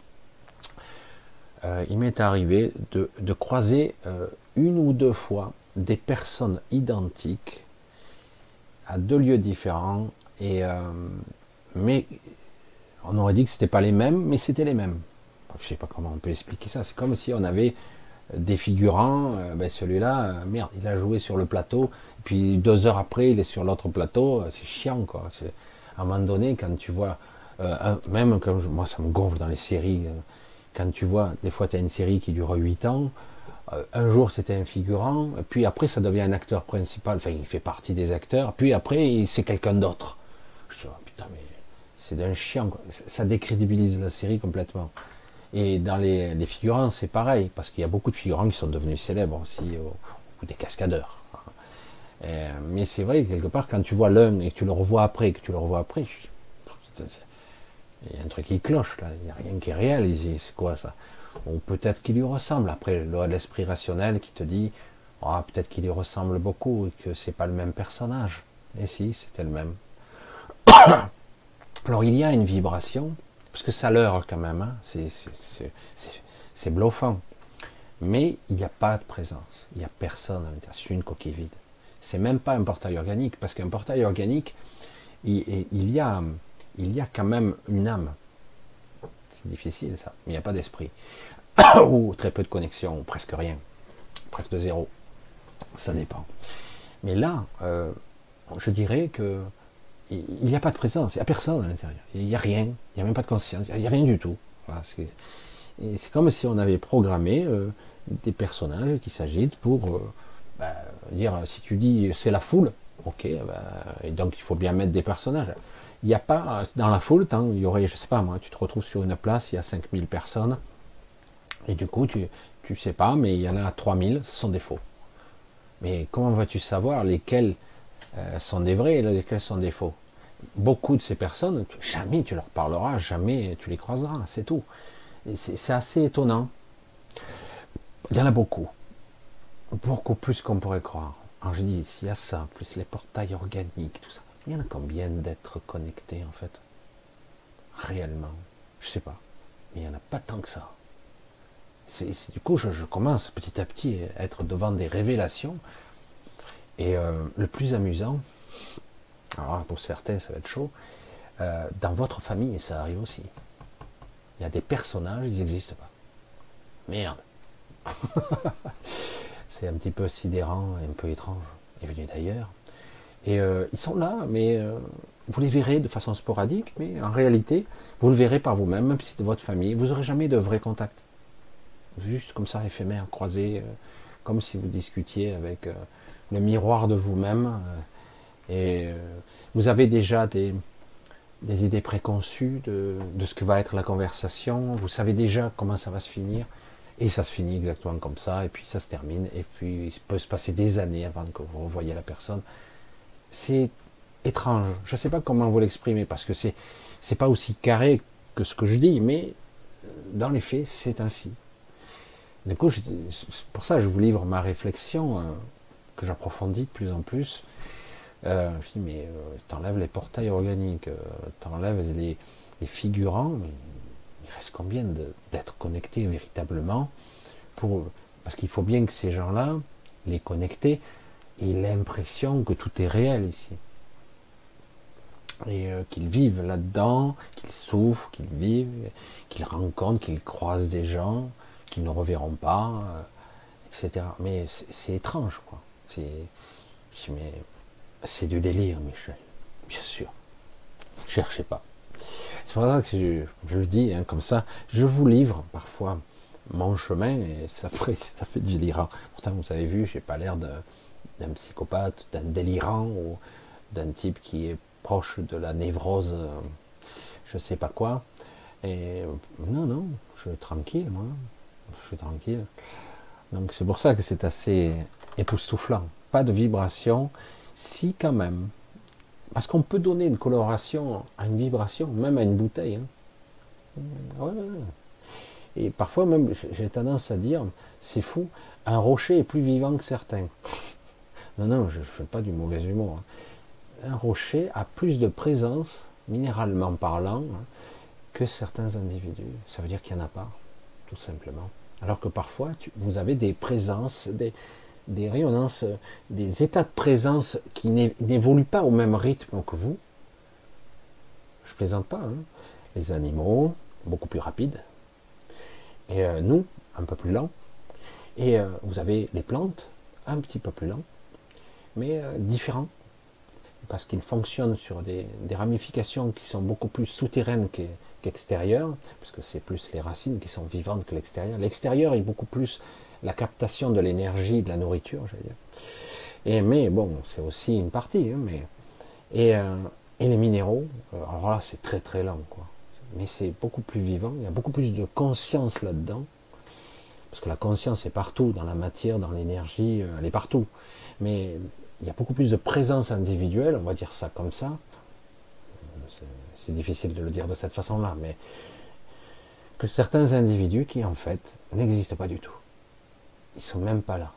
il m'est arrivé de croiser une ou deux fois des personnes identiques à deux lieux différents, mais on aurait dit que c'était pas les mêmes, mais c'était les mêmes. Je sais pas comment on peut expliquer ça. C'est comme si on avait des figurants. Celui-là, merde, il a joué sur le plateau. Et puis 2 heures après, il est sur l'autre plateau. C'est chiant, quoi. À un moment donné, quand tu vois, même comme moi, ça me gonfle dans les séries. Quand tu vois, des fois, tu as une série qui dure 8 ans. Un jour, c'était un figurant. Puis après, ça devient un acteur principal. Enfin, il fait partie des acteurs. Puis après, c'est quelqu'un d'autre. Je dis, oh, putain, mais c'est d'un chiant, quoi. Ça décrédibilise la série complètement. Et dans les figurants, c'est pareil, parce qu'il y a beaucoup de figurants qui sont devenus célèbres aussi, ou des cascadeurs. Mais c'est vrai, quelque part, quand tu vois l'un et que tu le revois après, il y a un truc qui cloche, là. Il n'y a rien qui est réel ici. C'est quoi ça? Ou peut-être qu'il lui ressemble. Après, l'esprit rationnel qui te dit, oh, peut-être qu'il lui ressemble beaucoup et que c'est pas le même personnage. Et si, c'était le même. Alors, il y a une vibration, parce que ça leurre quand même, hein. C'est bluffant. Mais il n'y a pas de présence, il n'y a personne à l'intérieur, c'est une coquille vide. C'est même pas un portail organique, parce qu'un portail organique, il y a quand même une âme. C'est difficile ça, mais il n'y a pas d'esprit. Ou très peu de connexion, ou presque rien, presque zéro. Ça dépend. Mais là, je dirais que il n'y a pas de présence, il n'y a personne à l'intérieur, il n'y a rien, il n'y a même pas de conscience, il n'y a rien du tout. Voilà, c'est comme si on avait programmé des personnages qui s'agitent pour dire, si tu dis c'est la foule, ok, et donc il faut bien mettre des personnages. Il n'y a pas, dans la foule, il y aurait, je sais pas moi, tu te retrouves sur une place, il y a 5000 personnes, et du coup tu sais pas, mais il y en a 3000, ce sont des faux. Mais comment vas-tu savoir lesquels sont des vrais et lesquels sont des faux? Beaucoup de ces personnes, jamais tu leur parleras, jamais tu les croiseras, c'est tout. C'est assez étonnant. Il y en a beaucoup plus qu'on pourrait croire. Alors je dis, s'il y a ça, plus les portails organiques, tout ça, il y en a combien d'êtres connectés en fait? Réellement, je sais pas, mais il n'y en a pas tant que ça. Du coup, je commence petit à petit à être devant des révélations Et le plus amusant, alors pour certains ça va être chaud, dans votre famille ça arrive aussi. Il y a des personnages, ils n'existent pas. Merde. C'est un petit peu sidérant et un peu étrange. Il est venu d'ailleurs. Et ils sont là, mais vous les verrez de façon sporadique, mais en réalité, vous le verrez par vous-même, même si c'est de votre famille. Vous n'aurez jamais de vrai contact. Juste comme ça, éphémère, croisé, comme si vous discutiez avec le miroir de vous-même. Et vous avez déjà des idées préconçues de ce que va être la conversation. Vous savez déjà comment ça va se finir. Et ça se finit exactement comme ça, et puis ça se termine, et puis il peut se passer des années avant que vous revoyiez la personne. C'est étrange. Je ne sais pas comment vous l'exprimer, parce que c'est pas aussi carré que ce que je dis, mais dans les faits, c'est ainsi. Du coup, c'est pour ça que je vous livre ma réflexion, que j'approfondis de plus en plus. Je dis, mais t'enlèves les portails organiques, t'enlèves les figurants, mais il reste combien d'être connectés véritablement parce qu'il faut bien que ces gens-là, les connectés, aient l'impression que tout est réel ici. Et qu'ils vivent là-dedans, qu'ils souffrent, qu'ils vivent, qu'ils rencontrent, qu'ils croisent des gens, qu'ils ne reverront pas, etc. Mais c'est étrange, quoi. C'est du délire, Michel. Bien sûr. Cherchez pas. C'est pour ça que je le dis, hein, comme ça, je vous livre parfois mon chemin, et ça fait du délirant. Pourtant, vous avez vu, j'ai pas l'air d'un psychopathe, d'un délirant, ou d'un type qui est proche de la névrose, je sais pas quoi. Et non, je suis tranquille, moi. Je suis tranquille. Donc c'est pour ça que c'est assez époustouflant. Pas de vibration, si quand même. Parce qu'on peut donner une coloration à une vibration, même à une bouteille. Hein. Ouais. Et parfois même, j'ai tendance à dire, c'est fou, un rocher est plus vivant que certains. Non, je ne fais pas du mauvais humour. Hein. Un rocher a plus de présence, minéralement parlant, hein, que certains individus. Ça veut dire qu'il n'y en a pas, tout simplement. Alors que parfois, vous avez des présences, des rayonnances, des états de présence qui n'évoluent pas au même rythme que vous. Je plaisante pas. Hein. Les animaux, beaucoup plus rapides. Et nous, un peu plus lents. Et vous avez les plantes, un petit peu plus lents, mais différents. Parce qu'ils fonctionnent sur des ramifications qui sont beaucoup plus souterraines qu'extérieures, parce que c'est plus les racines qui sont vivantes que l'extérieur. L'extérieur est beaucoup plus la captation de l'énergie, de la nourriture, j'allais dire. Mais bon, c'est aussi une partie. Hein, et les minéraux, alors là, c'est très très lent, quoi. Mais c'est beaucoup plus vivant. Il y a beaucoup plus de conscience là-dedans, parce que la conscience est partout, dans la matière, dans l'énergie, elle est partout. Mais il y a beaucoup plus de présence individuelle, on va dire ça comme ça. C'est difficile de le dire de cette façon-là, mais que certains individus qui en fait n'existent pas du tout. Ils sont même pas là.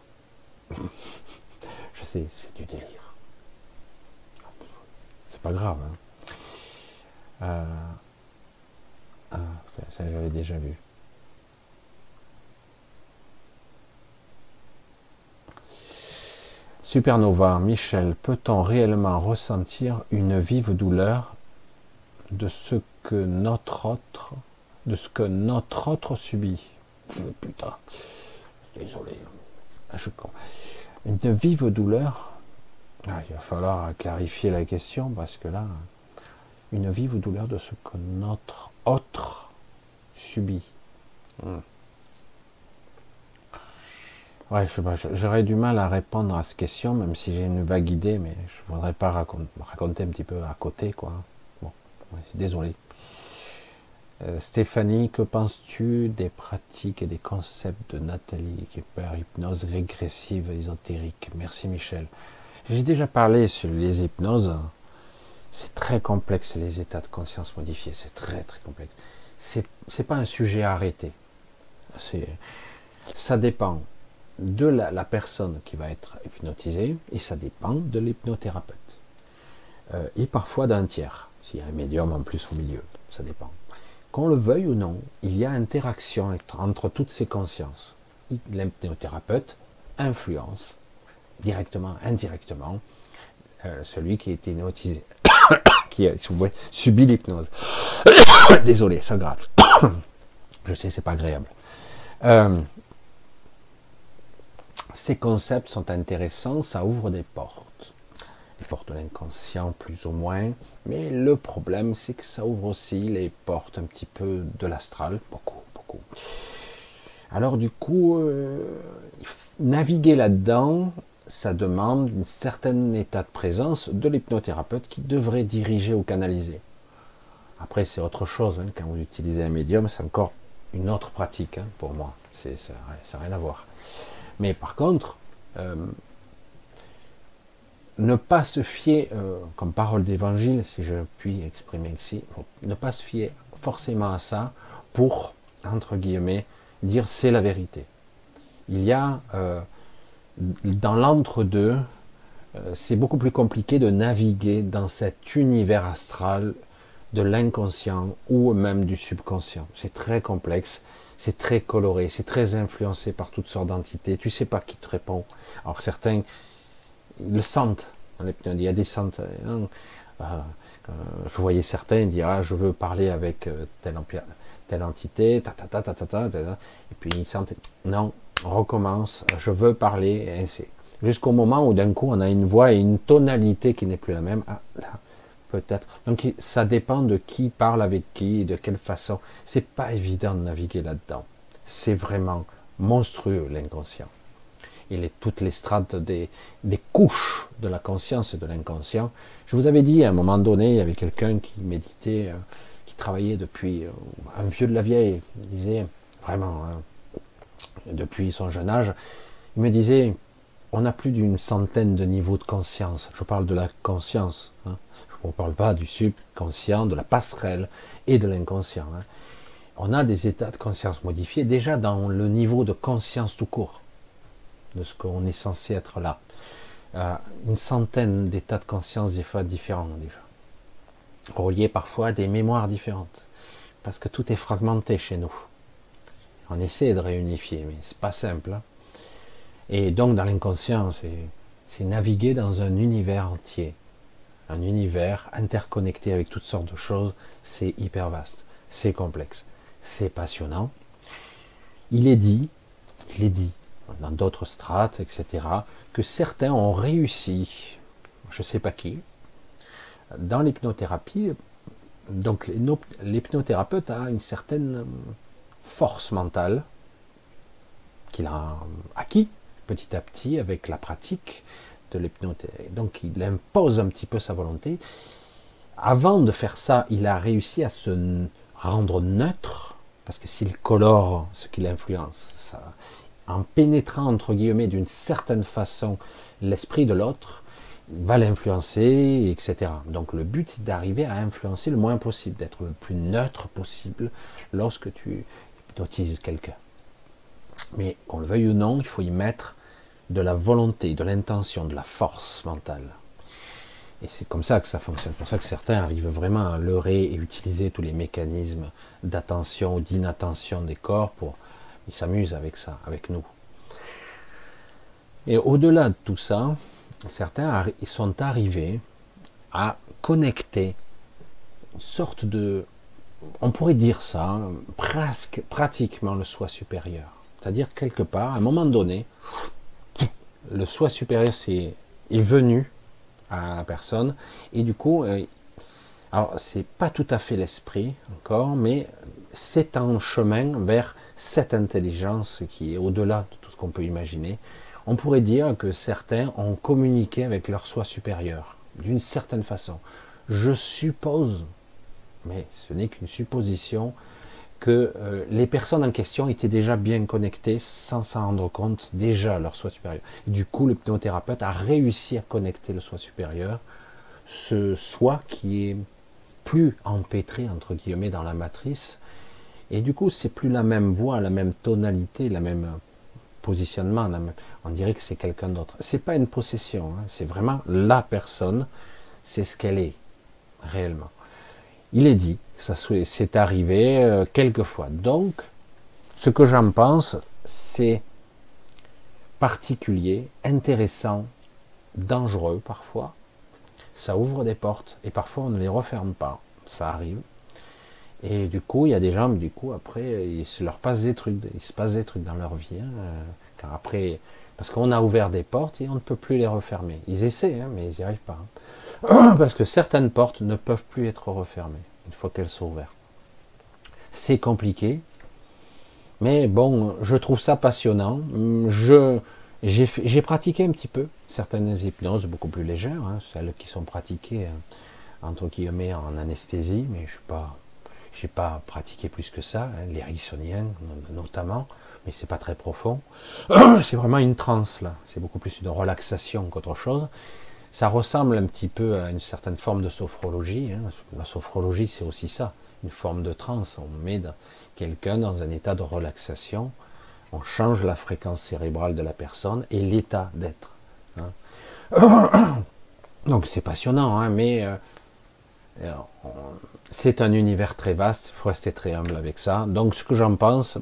Je sais, c'est du délire. C'est pas grave. Hein. Ça j'avais déjà vu. Supernova, Michel, peut-on réellement ressentir une vive douleur de ce que notre autre subit? Putain, désolé. Une vive douleur. Il va falloir clarifier la question parce que là, une vive douleur de ce que notre autre subit. Ouais, je sais pas, j'aurais du mal à répondre à cette question, même si j'ai une vague idée, mais je voudrais pas raconter un petit peu à côté, quoi. Bon, ouais, désolé. Stéphanie, que penses-tu des pratiques et des concepts de Nathalie, qui est par hypnose régressive ésotérique? Merci Michel. J'ai déjà parlé sur les hypnoses. C'est très complexe, les états de conscience modifiés. C'est très très complexe. C'est pas un sujet à arrêter. Ça dépend de la personne qui va être hypnotisée et ça dépend de l'hypnothérapeute. Et parfois d'un tiers, s'il y a un médium en plus au milieu. Ça dépend. Qu'on le veuille ou non, il y a interaction entre toutes ces consciences. L'hypnothérapeute influence directement, indirectement, celui qui a été hypnotisé, qui a subi l'hypnose. Désolé, ça gratte. Je sais, c'est pas agréable. Ces concepts sont intéressants, ça ouvre des portes. Les portes de l'inconscient, plus ou moins. Mais le problème, c'est que ça ouvre aussi les portes un petit peu de l'astral. Beaucoup, beaucoup. Alors du coup, naviguer là-dedans, ça demande un certain état de présence de l'hypnothérapeute qui devrait diriger ou canaliser. Après, c'est autre chose. Hein, quand vous utilisez un médium, c'est encore une autre pratique, hein, pour moi. Ça n'a rien à voir. Mais par contre, ne pas se fier, comme parole d'évangile, si je puis exprimer ici, ne pas se fier forcément à ça pour, entre guillemets, dire c'est la vérité. Il y a, dans l'entre-deux, c'est beaucoup plus compliqué de naviguer dans cet univers astral de l'inconscient ou même du subconscient. C'est très complexe, c'est très coloré, c'est très influencé par toutes sortes d'entités. Tu sais pas qui te répond. Alors certains le sentent. Il y a des sentent. Je voyais certains dire je veux parler avec telle entité, et puis ils sentent non, on recommence, je veux parler, jusqu'au moment où d'un coup on a une voix et une tonalité qui n'est plus la même. Ah, là, peut-être. Donc ça dépend de qui parle avec qui, de quelle façon. C'est pas évident de naviguer là-dedans. C'est vraiment monstrueux l'inconscient. Il est toutes les strates des couches de la conscience et de l'inconscient. Je vous avais dit à un moment donné, il y avait quelqu'un qui méditait, qui travaillait depuis un vieux de la vieille. Il disait vraiment depuis son jeune âge, il me disait on a plus d'une centaine de niveaux de conscience. Je parle de la conscience. Hein. On ne parle pas du subconscient, de la passerelle et de l'inconscient. Hein. On a des états de conscience modifiés déjà dans le niveau de conscience tout court, de ce qu'on est censé être là. Une centaine d'états de conscience des fois différents déjà, reliés parfois à des mémoires différentes, parce que tout est fragmenté chez nous. On essaie de réunifier, mais c'est pas simple. Hein. Et donc dans l'inconscient, c'est naviguer dans un univers entier. Un univers interconnecté avec toutes sortes de choses, c'est hyper vaste, c'est complexe, c'est passionnant. Il est dit dans d'autres strates, etc., que certains ont réussi, je ne sais pas qui, dans l'hypnothérapie. Donc l'hypnothérapeute a une certaine force mentale qu'il a acquis petit à petit avec la pratique de l'hypnothérapie. Donc il impose un petit peu sa volonté. Avant de faire ça, il a réussi à se rendre neutre, parce que s'il colore ce qu'il influence, ça, en pénétrant entre guillemets d'une certaine façon l'esprit de l'autre, va l'influencer, etc. Donc le but c'est d'arriver à influencer le moins possible, d'être le plus neutre possible lorsque tu hypnotises quelqu'un. Mais qu'on le veuille ou non, il faut y mettre de la volonté, de l'intention, de la force mentale. Et c'est comme ça que ça fonctionne. C'est pour ça que certains arrivent vraiment à leurrer et utiliser tous les mécanismes d'attention ou d'inattention des corps ils s'amusent avec ça, avec nous. Et au-delà de tout ça, certains sont arrivés à connecter une sorte de, on pourrait dire ça, presque, pratiquement le soi supérieur. C'est-à-dire quelque part, à un moment donné, le soi supérieur est venu à la personne, et du coup, alors c'est pas tout à fait l'esprit encore, mais c'est un chemin vers cette intelligence qui est au-delà de tout ce qu'on peut imaginer. On pourrait dire que certains ont communiqué avec leur soi supérieur, d'une certaine façon. Je suppose, mais ce n'est qu'une supposition, que les personnes en question étaient déjà bien connectées sans s'en rendre compte, déjà à leur soi supérieur. Et du coup, l'hypnothérapeute a réussi à connecter le soi supérieur, ce soi qui est plus empêtré, entre guillemets, dans la matrice. Et du coup, c'est plus la même voix, la même tonalité, la même positionnement. On dirait que c'est quelqu'un d'autre. C'est pas une possession, hein, c'est vraiment la personne, c'est ce qu'elle est, réellement. Il est dit que ça c'est arrivé quelques fois. Donc, ce que j'en pense, c'est particulier, intéressant, dangereux parfois. Ça ouvre des portes et parfois on ne les referme pas. Ça arrive. Et du coup, il y a des gens, du coup, après, il se passe des trucs dans leur vie. Car après, parce qu'on a ouvert des portes et on ne peut plus les refermer. Ils essaient, mais ils n'y arrivent pas. Parce que certaines portes ne peuvent plus être refermées une fois qu'elles sont ouvertes. C'est compliqué, mais bon, je trouve ça passionnant. J'ai pratiqué un petit peu certaines hypnoses beaucoup plus légères, celles qui sont pratiquées entre guillemets en anesthésie, mais j'ai pas pratiqué plus que ça, l'éricksonien notamment, mais c'est pas très profond. C'est vraiment une transe là, c'est beaucoup plus une relaxation qu'autre chose. Ça ressemble un petit peu à une certaine forme de sophrologie. La sophrologie, c'est aussi ça, une forme de transe. On met quelqu'un dans un état de relaxation, on change la fréquence cérébrale de la personne et l'état d'être. Donc c'est passionnant, mais c'est un univers très vaste, il faut rester très humble avec ça. Donc ce que j'en pense,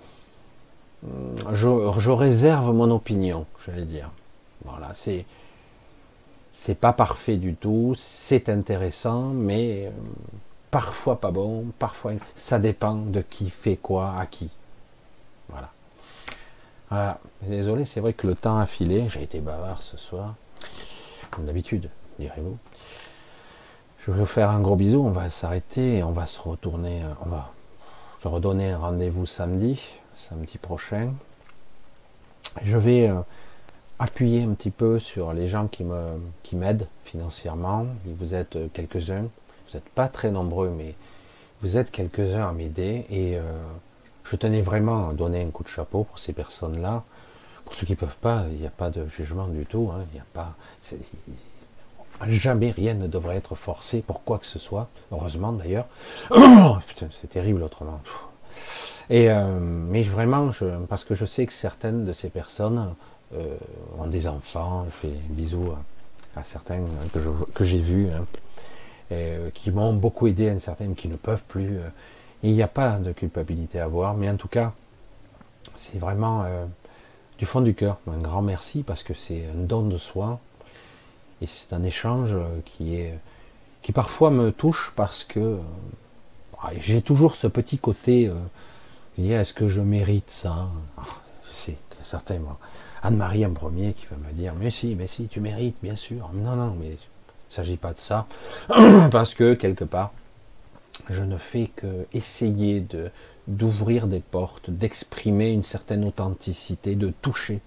je réserve mon opinion, j'allais dire. Voilà, c'est pas parfait du tout, c'est intéressant, mais parfois pas bon, parfois ça dépend de qui fait quoi à qui. Voilà. Voilà. Désolé, c'est vrai que le temps a filé, j'ai été bavard ce soir, comme d'habitude, direz-vous. Je vais vous faire un gros bisou, on va s'arrêter et on va se retourner, on va se redonner un rendez-vous samedi prochain. Je vais appuyer un petit peu sur les gens qui m'aident financièrement. Vous êtes quelques-uns, vous n'êtes pas très nombreux, mais vous êtes quelques-uns à m'aider et je tenais vraiment à donner un coup de chapeau pour ces personnes-là. Pour ceux qui ne peuvent pas, il n'y a pas de jugement du tout. Il n'y a pas, jamais rien ne devrait être forcé pour quoi que ce soit. Heureusement d'ailleurs. Putain, c'est terrible autrement. Et mais vraiment, parce que je sais que certaines de ces personnes ont des enfants. Je fais des bisous à certains que j'ai vus, qui m'ont beaucoup aidé, à certains qui ne peuvent plus. Il n'y a pas de culpabilité à avoir, mais en tout cas, c'est vraiment du fond du cœur un grand merci parce que c'est un don de soi et c'est un échange qui parfois me touche parce que j'ai toujours ce petit côté est-ce que je mérite ça? Je sais que certains, Anne-Marie en premier qui va me dire mais si tu mérites bien sûr. Non mais il ne s'agit pas de ça parce que quelque part je ne fais que essayer d'ouvrir des portes, d'exprimer une certaine authenticité, de toucher,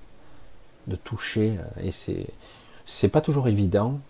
et c'est pas toujours évident.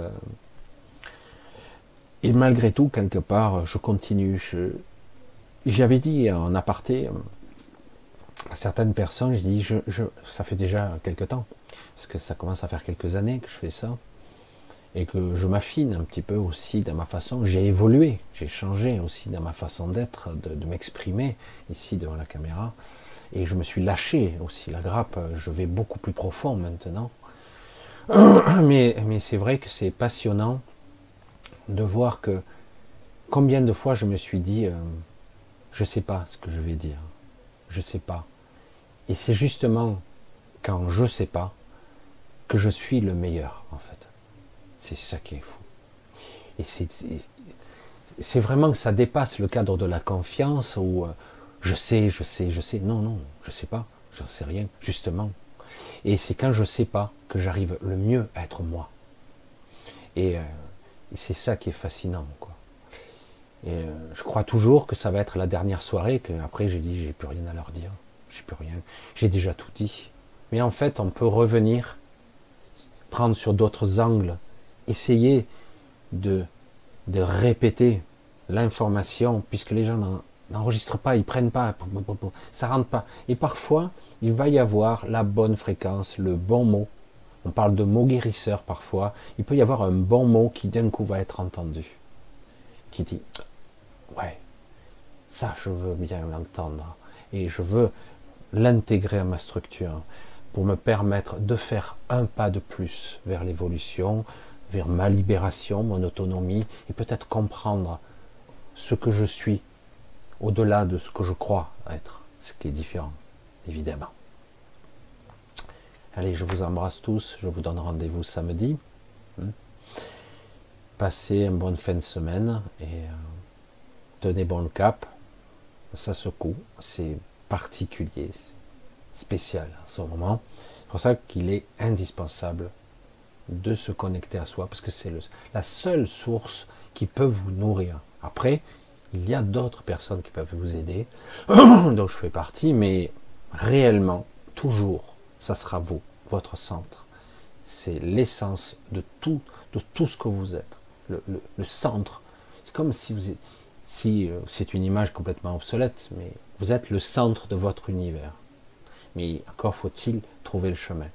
Et malgré tout, quelque part, je continue. J'avais dit en aparté à certaines personnes, je dis, ça fait déjà quelque temps, parce que ça commence à faire quelques années que je fais ça, et que je m'affine un petit peu aussi dans ma façon. J'ai évolué, j'ai changé aussi dans ma façon d'être, de m'exprimer ici devant la caméra, et je me suis lâché aussi la grappe. Je vais beaucoup plus profond maintenant. Mais c'est vrai que c'est passionnant de voir que combien de fois je me suis dit je sais pas ce que je vais dire, je sais pas. Et c'est justement quand je sais pas que je suis le meilleur en fait. C'est ça qui est fou. Et c'est vraiment que ça dépasse le cadre de la confiance où je sais. Non, je sais pas, j'en sais rien, justement. Et c'est quand je sais pas que j'arrive le mieux à être moi. Et c'est ça qui est fascinant, quoi. Et je crois toujours que ça va être la dernière soirée, que après j'ai dit j'ai plus rien à leur dire, j'ai plus rien, j'ai déjà tout dit. Mais en fait, on peut revenir, prendre sur d'autres angles, essayer de répéter l'information, puisque les gens n'enregistrent pas, ils prennent pas, ça rentre pas. Et parfois, il va y avoir la bonne fréquence, le bon mot. On parle de mots guérisseurs parfois. Il peut y avoir un bon mot qui d'un coup va être entendu. Qui dit, ouais, ça je veux bien l'entendre. Et je veux l'intégrer à ma structure pour me permettre de faire un pas de plus vers l'évolution, vers ma libération, mon autonomie, et peut-être comprendre ce que je suis au-delà de ce que je crois être, ce qui est différent, évidemment. Allez, je vous embrasse tous, je vous donne rendez-vous samedi. Passez une bonne fin de semaine et tenez bon le cap. Ça secoue, c'est particulier, spécial en ce moment. C'est pour ça qu'il est indispensable de se connecter à soi, parce que c'est la seule source qui peut vous nourrir. Après, il y a d'autres personnes qui peuvent vous aider, dont je fais partie, mais réellement, toujours, ça sera vous, votre centre. C'est l'essence de tout ce que vous êtes. Le centre. C'est comme si vous êtes, si c'est une image complètement obsolète, mais vous êtes le centre de votre univers. Mais encore faut-il trouver le chemin.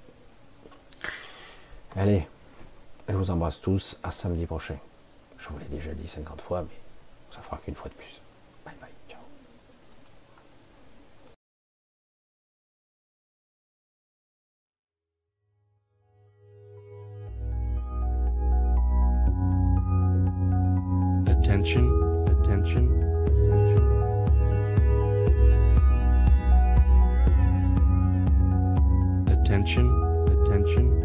Allez, je vous embrasse tous, à samedi prochain. Je vous l'ai déjà dit 50 fois, mais ça fera qu'une fois de plus. Bye bye, ciao. Attention, attention, attention. Attention, attention.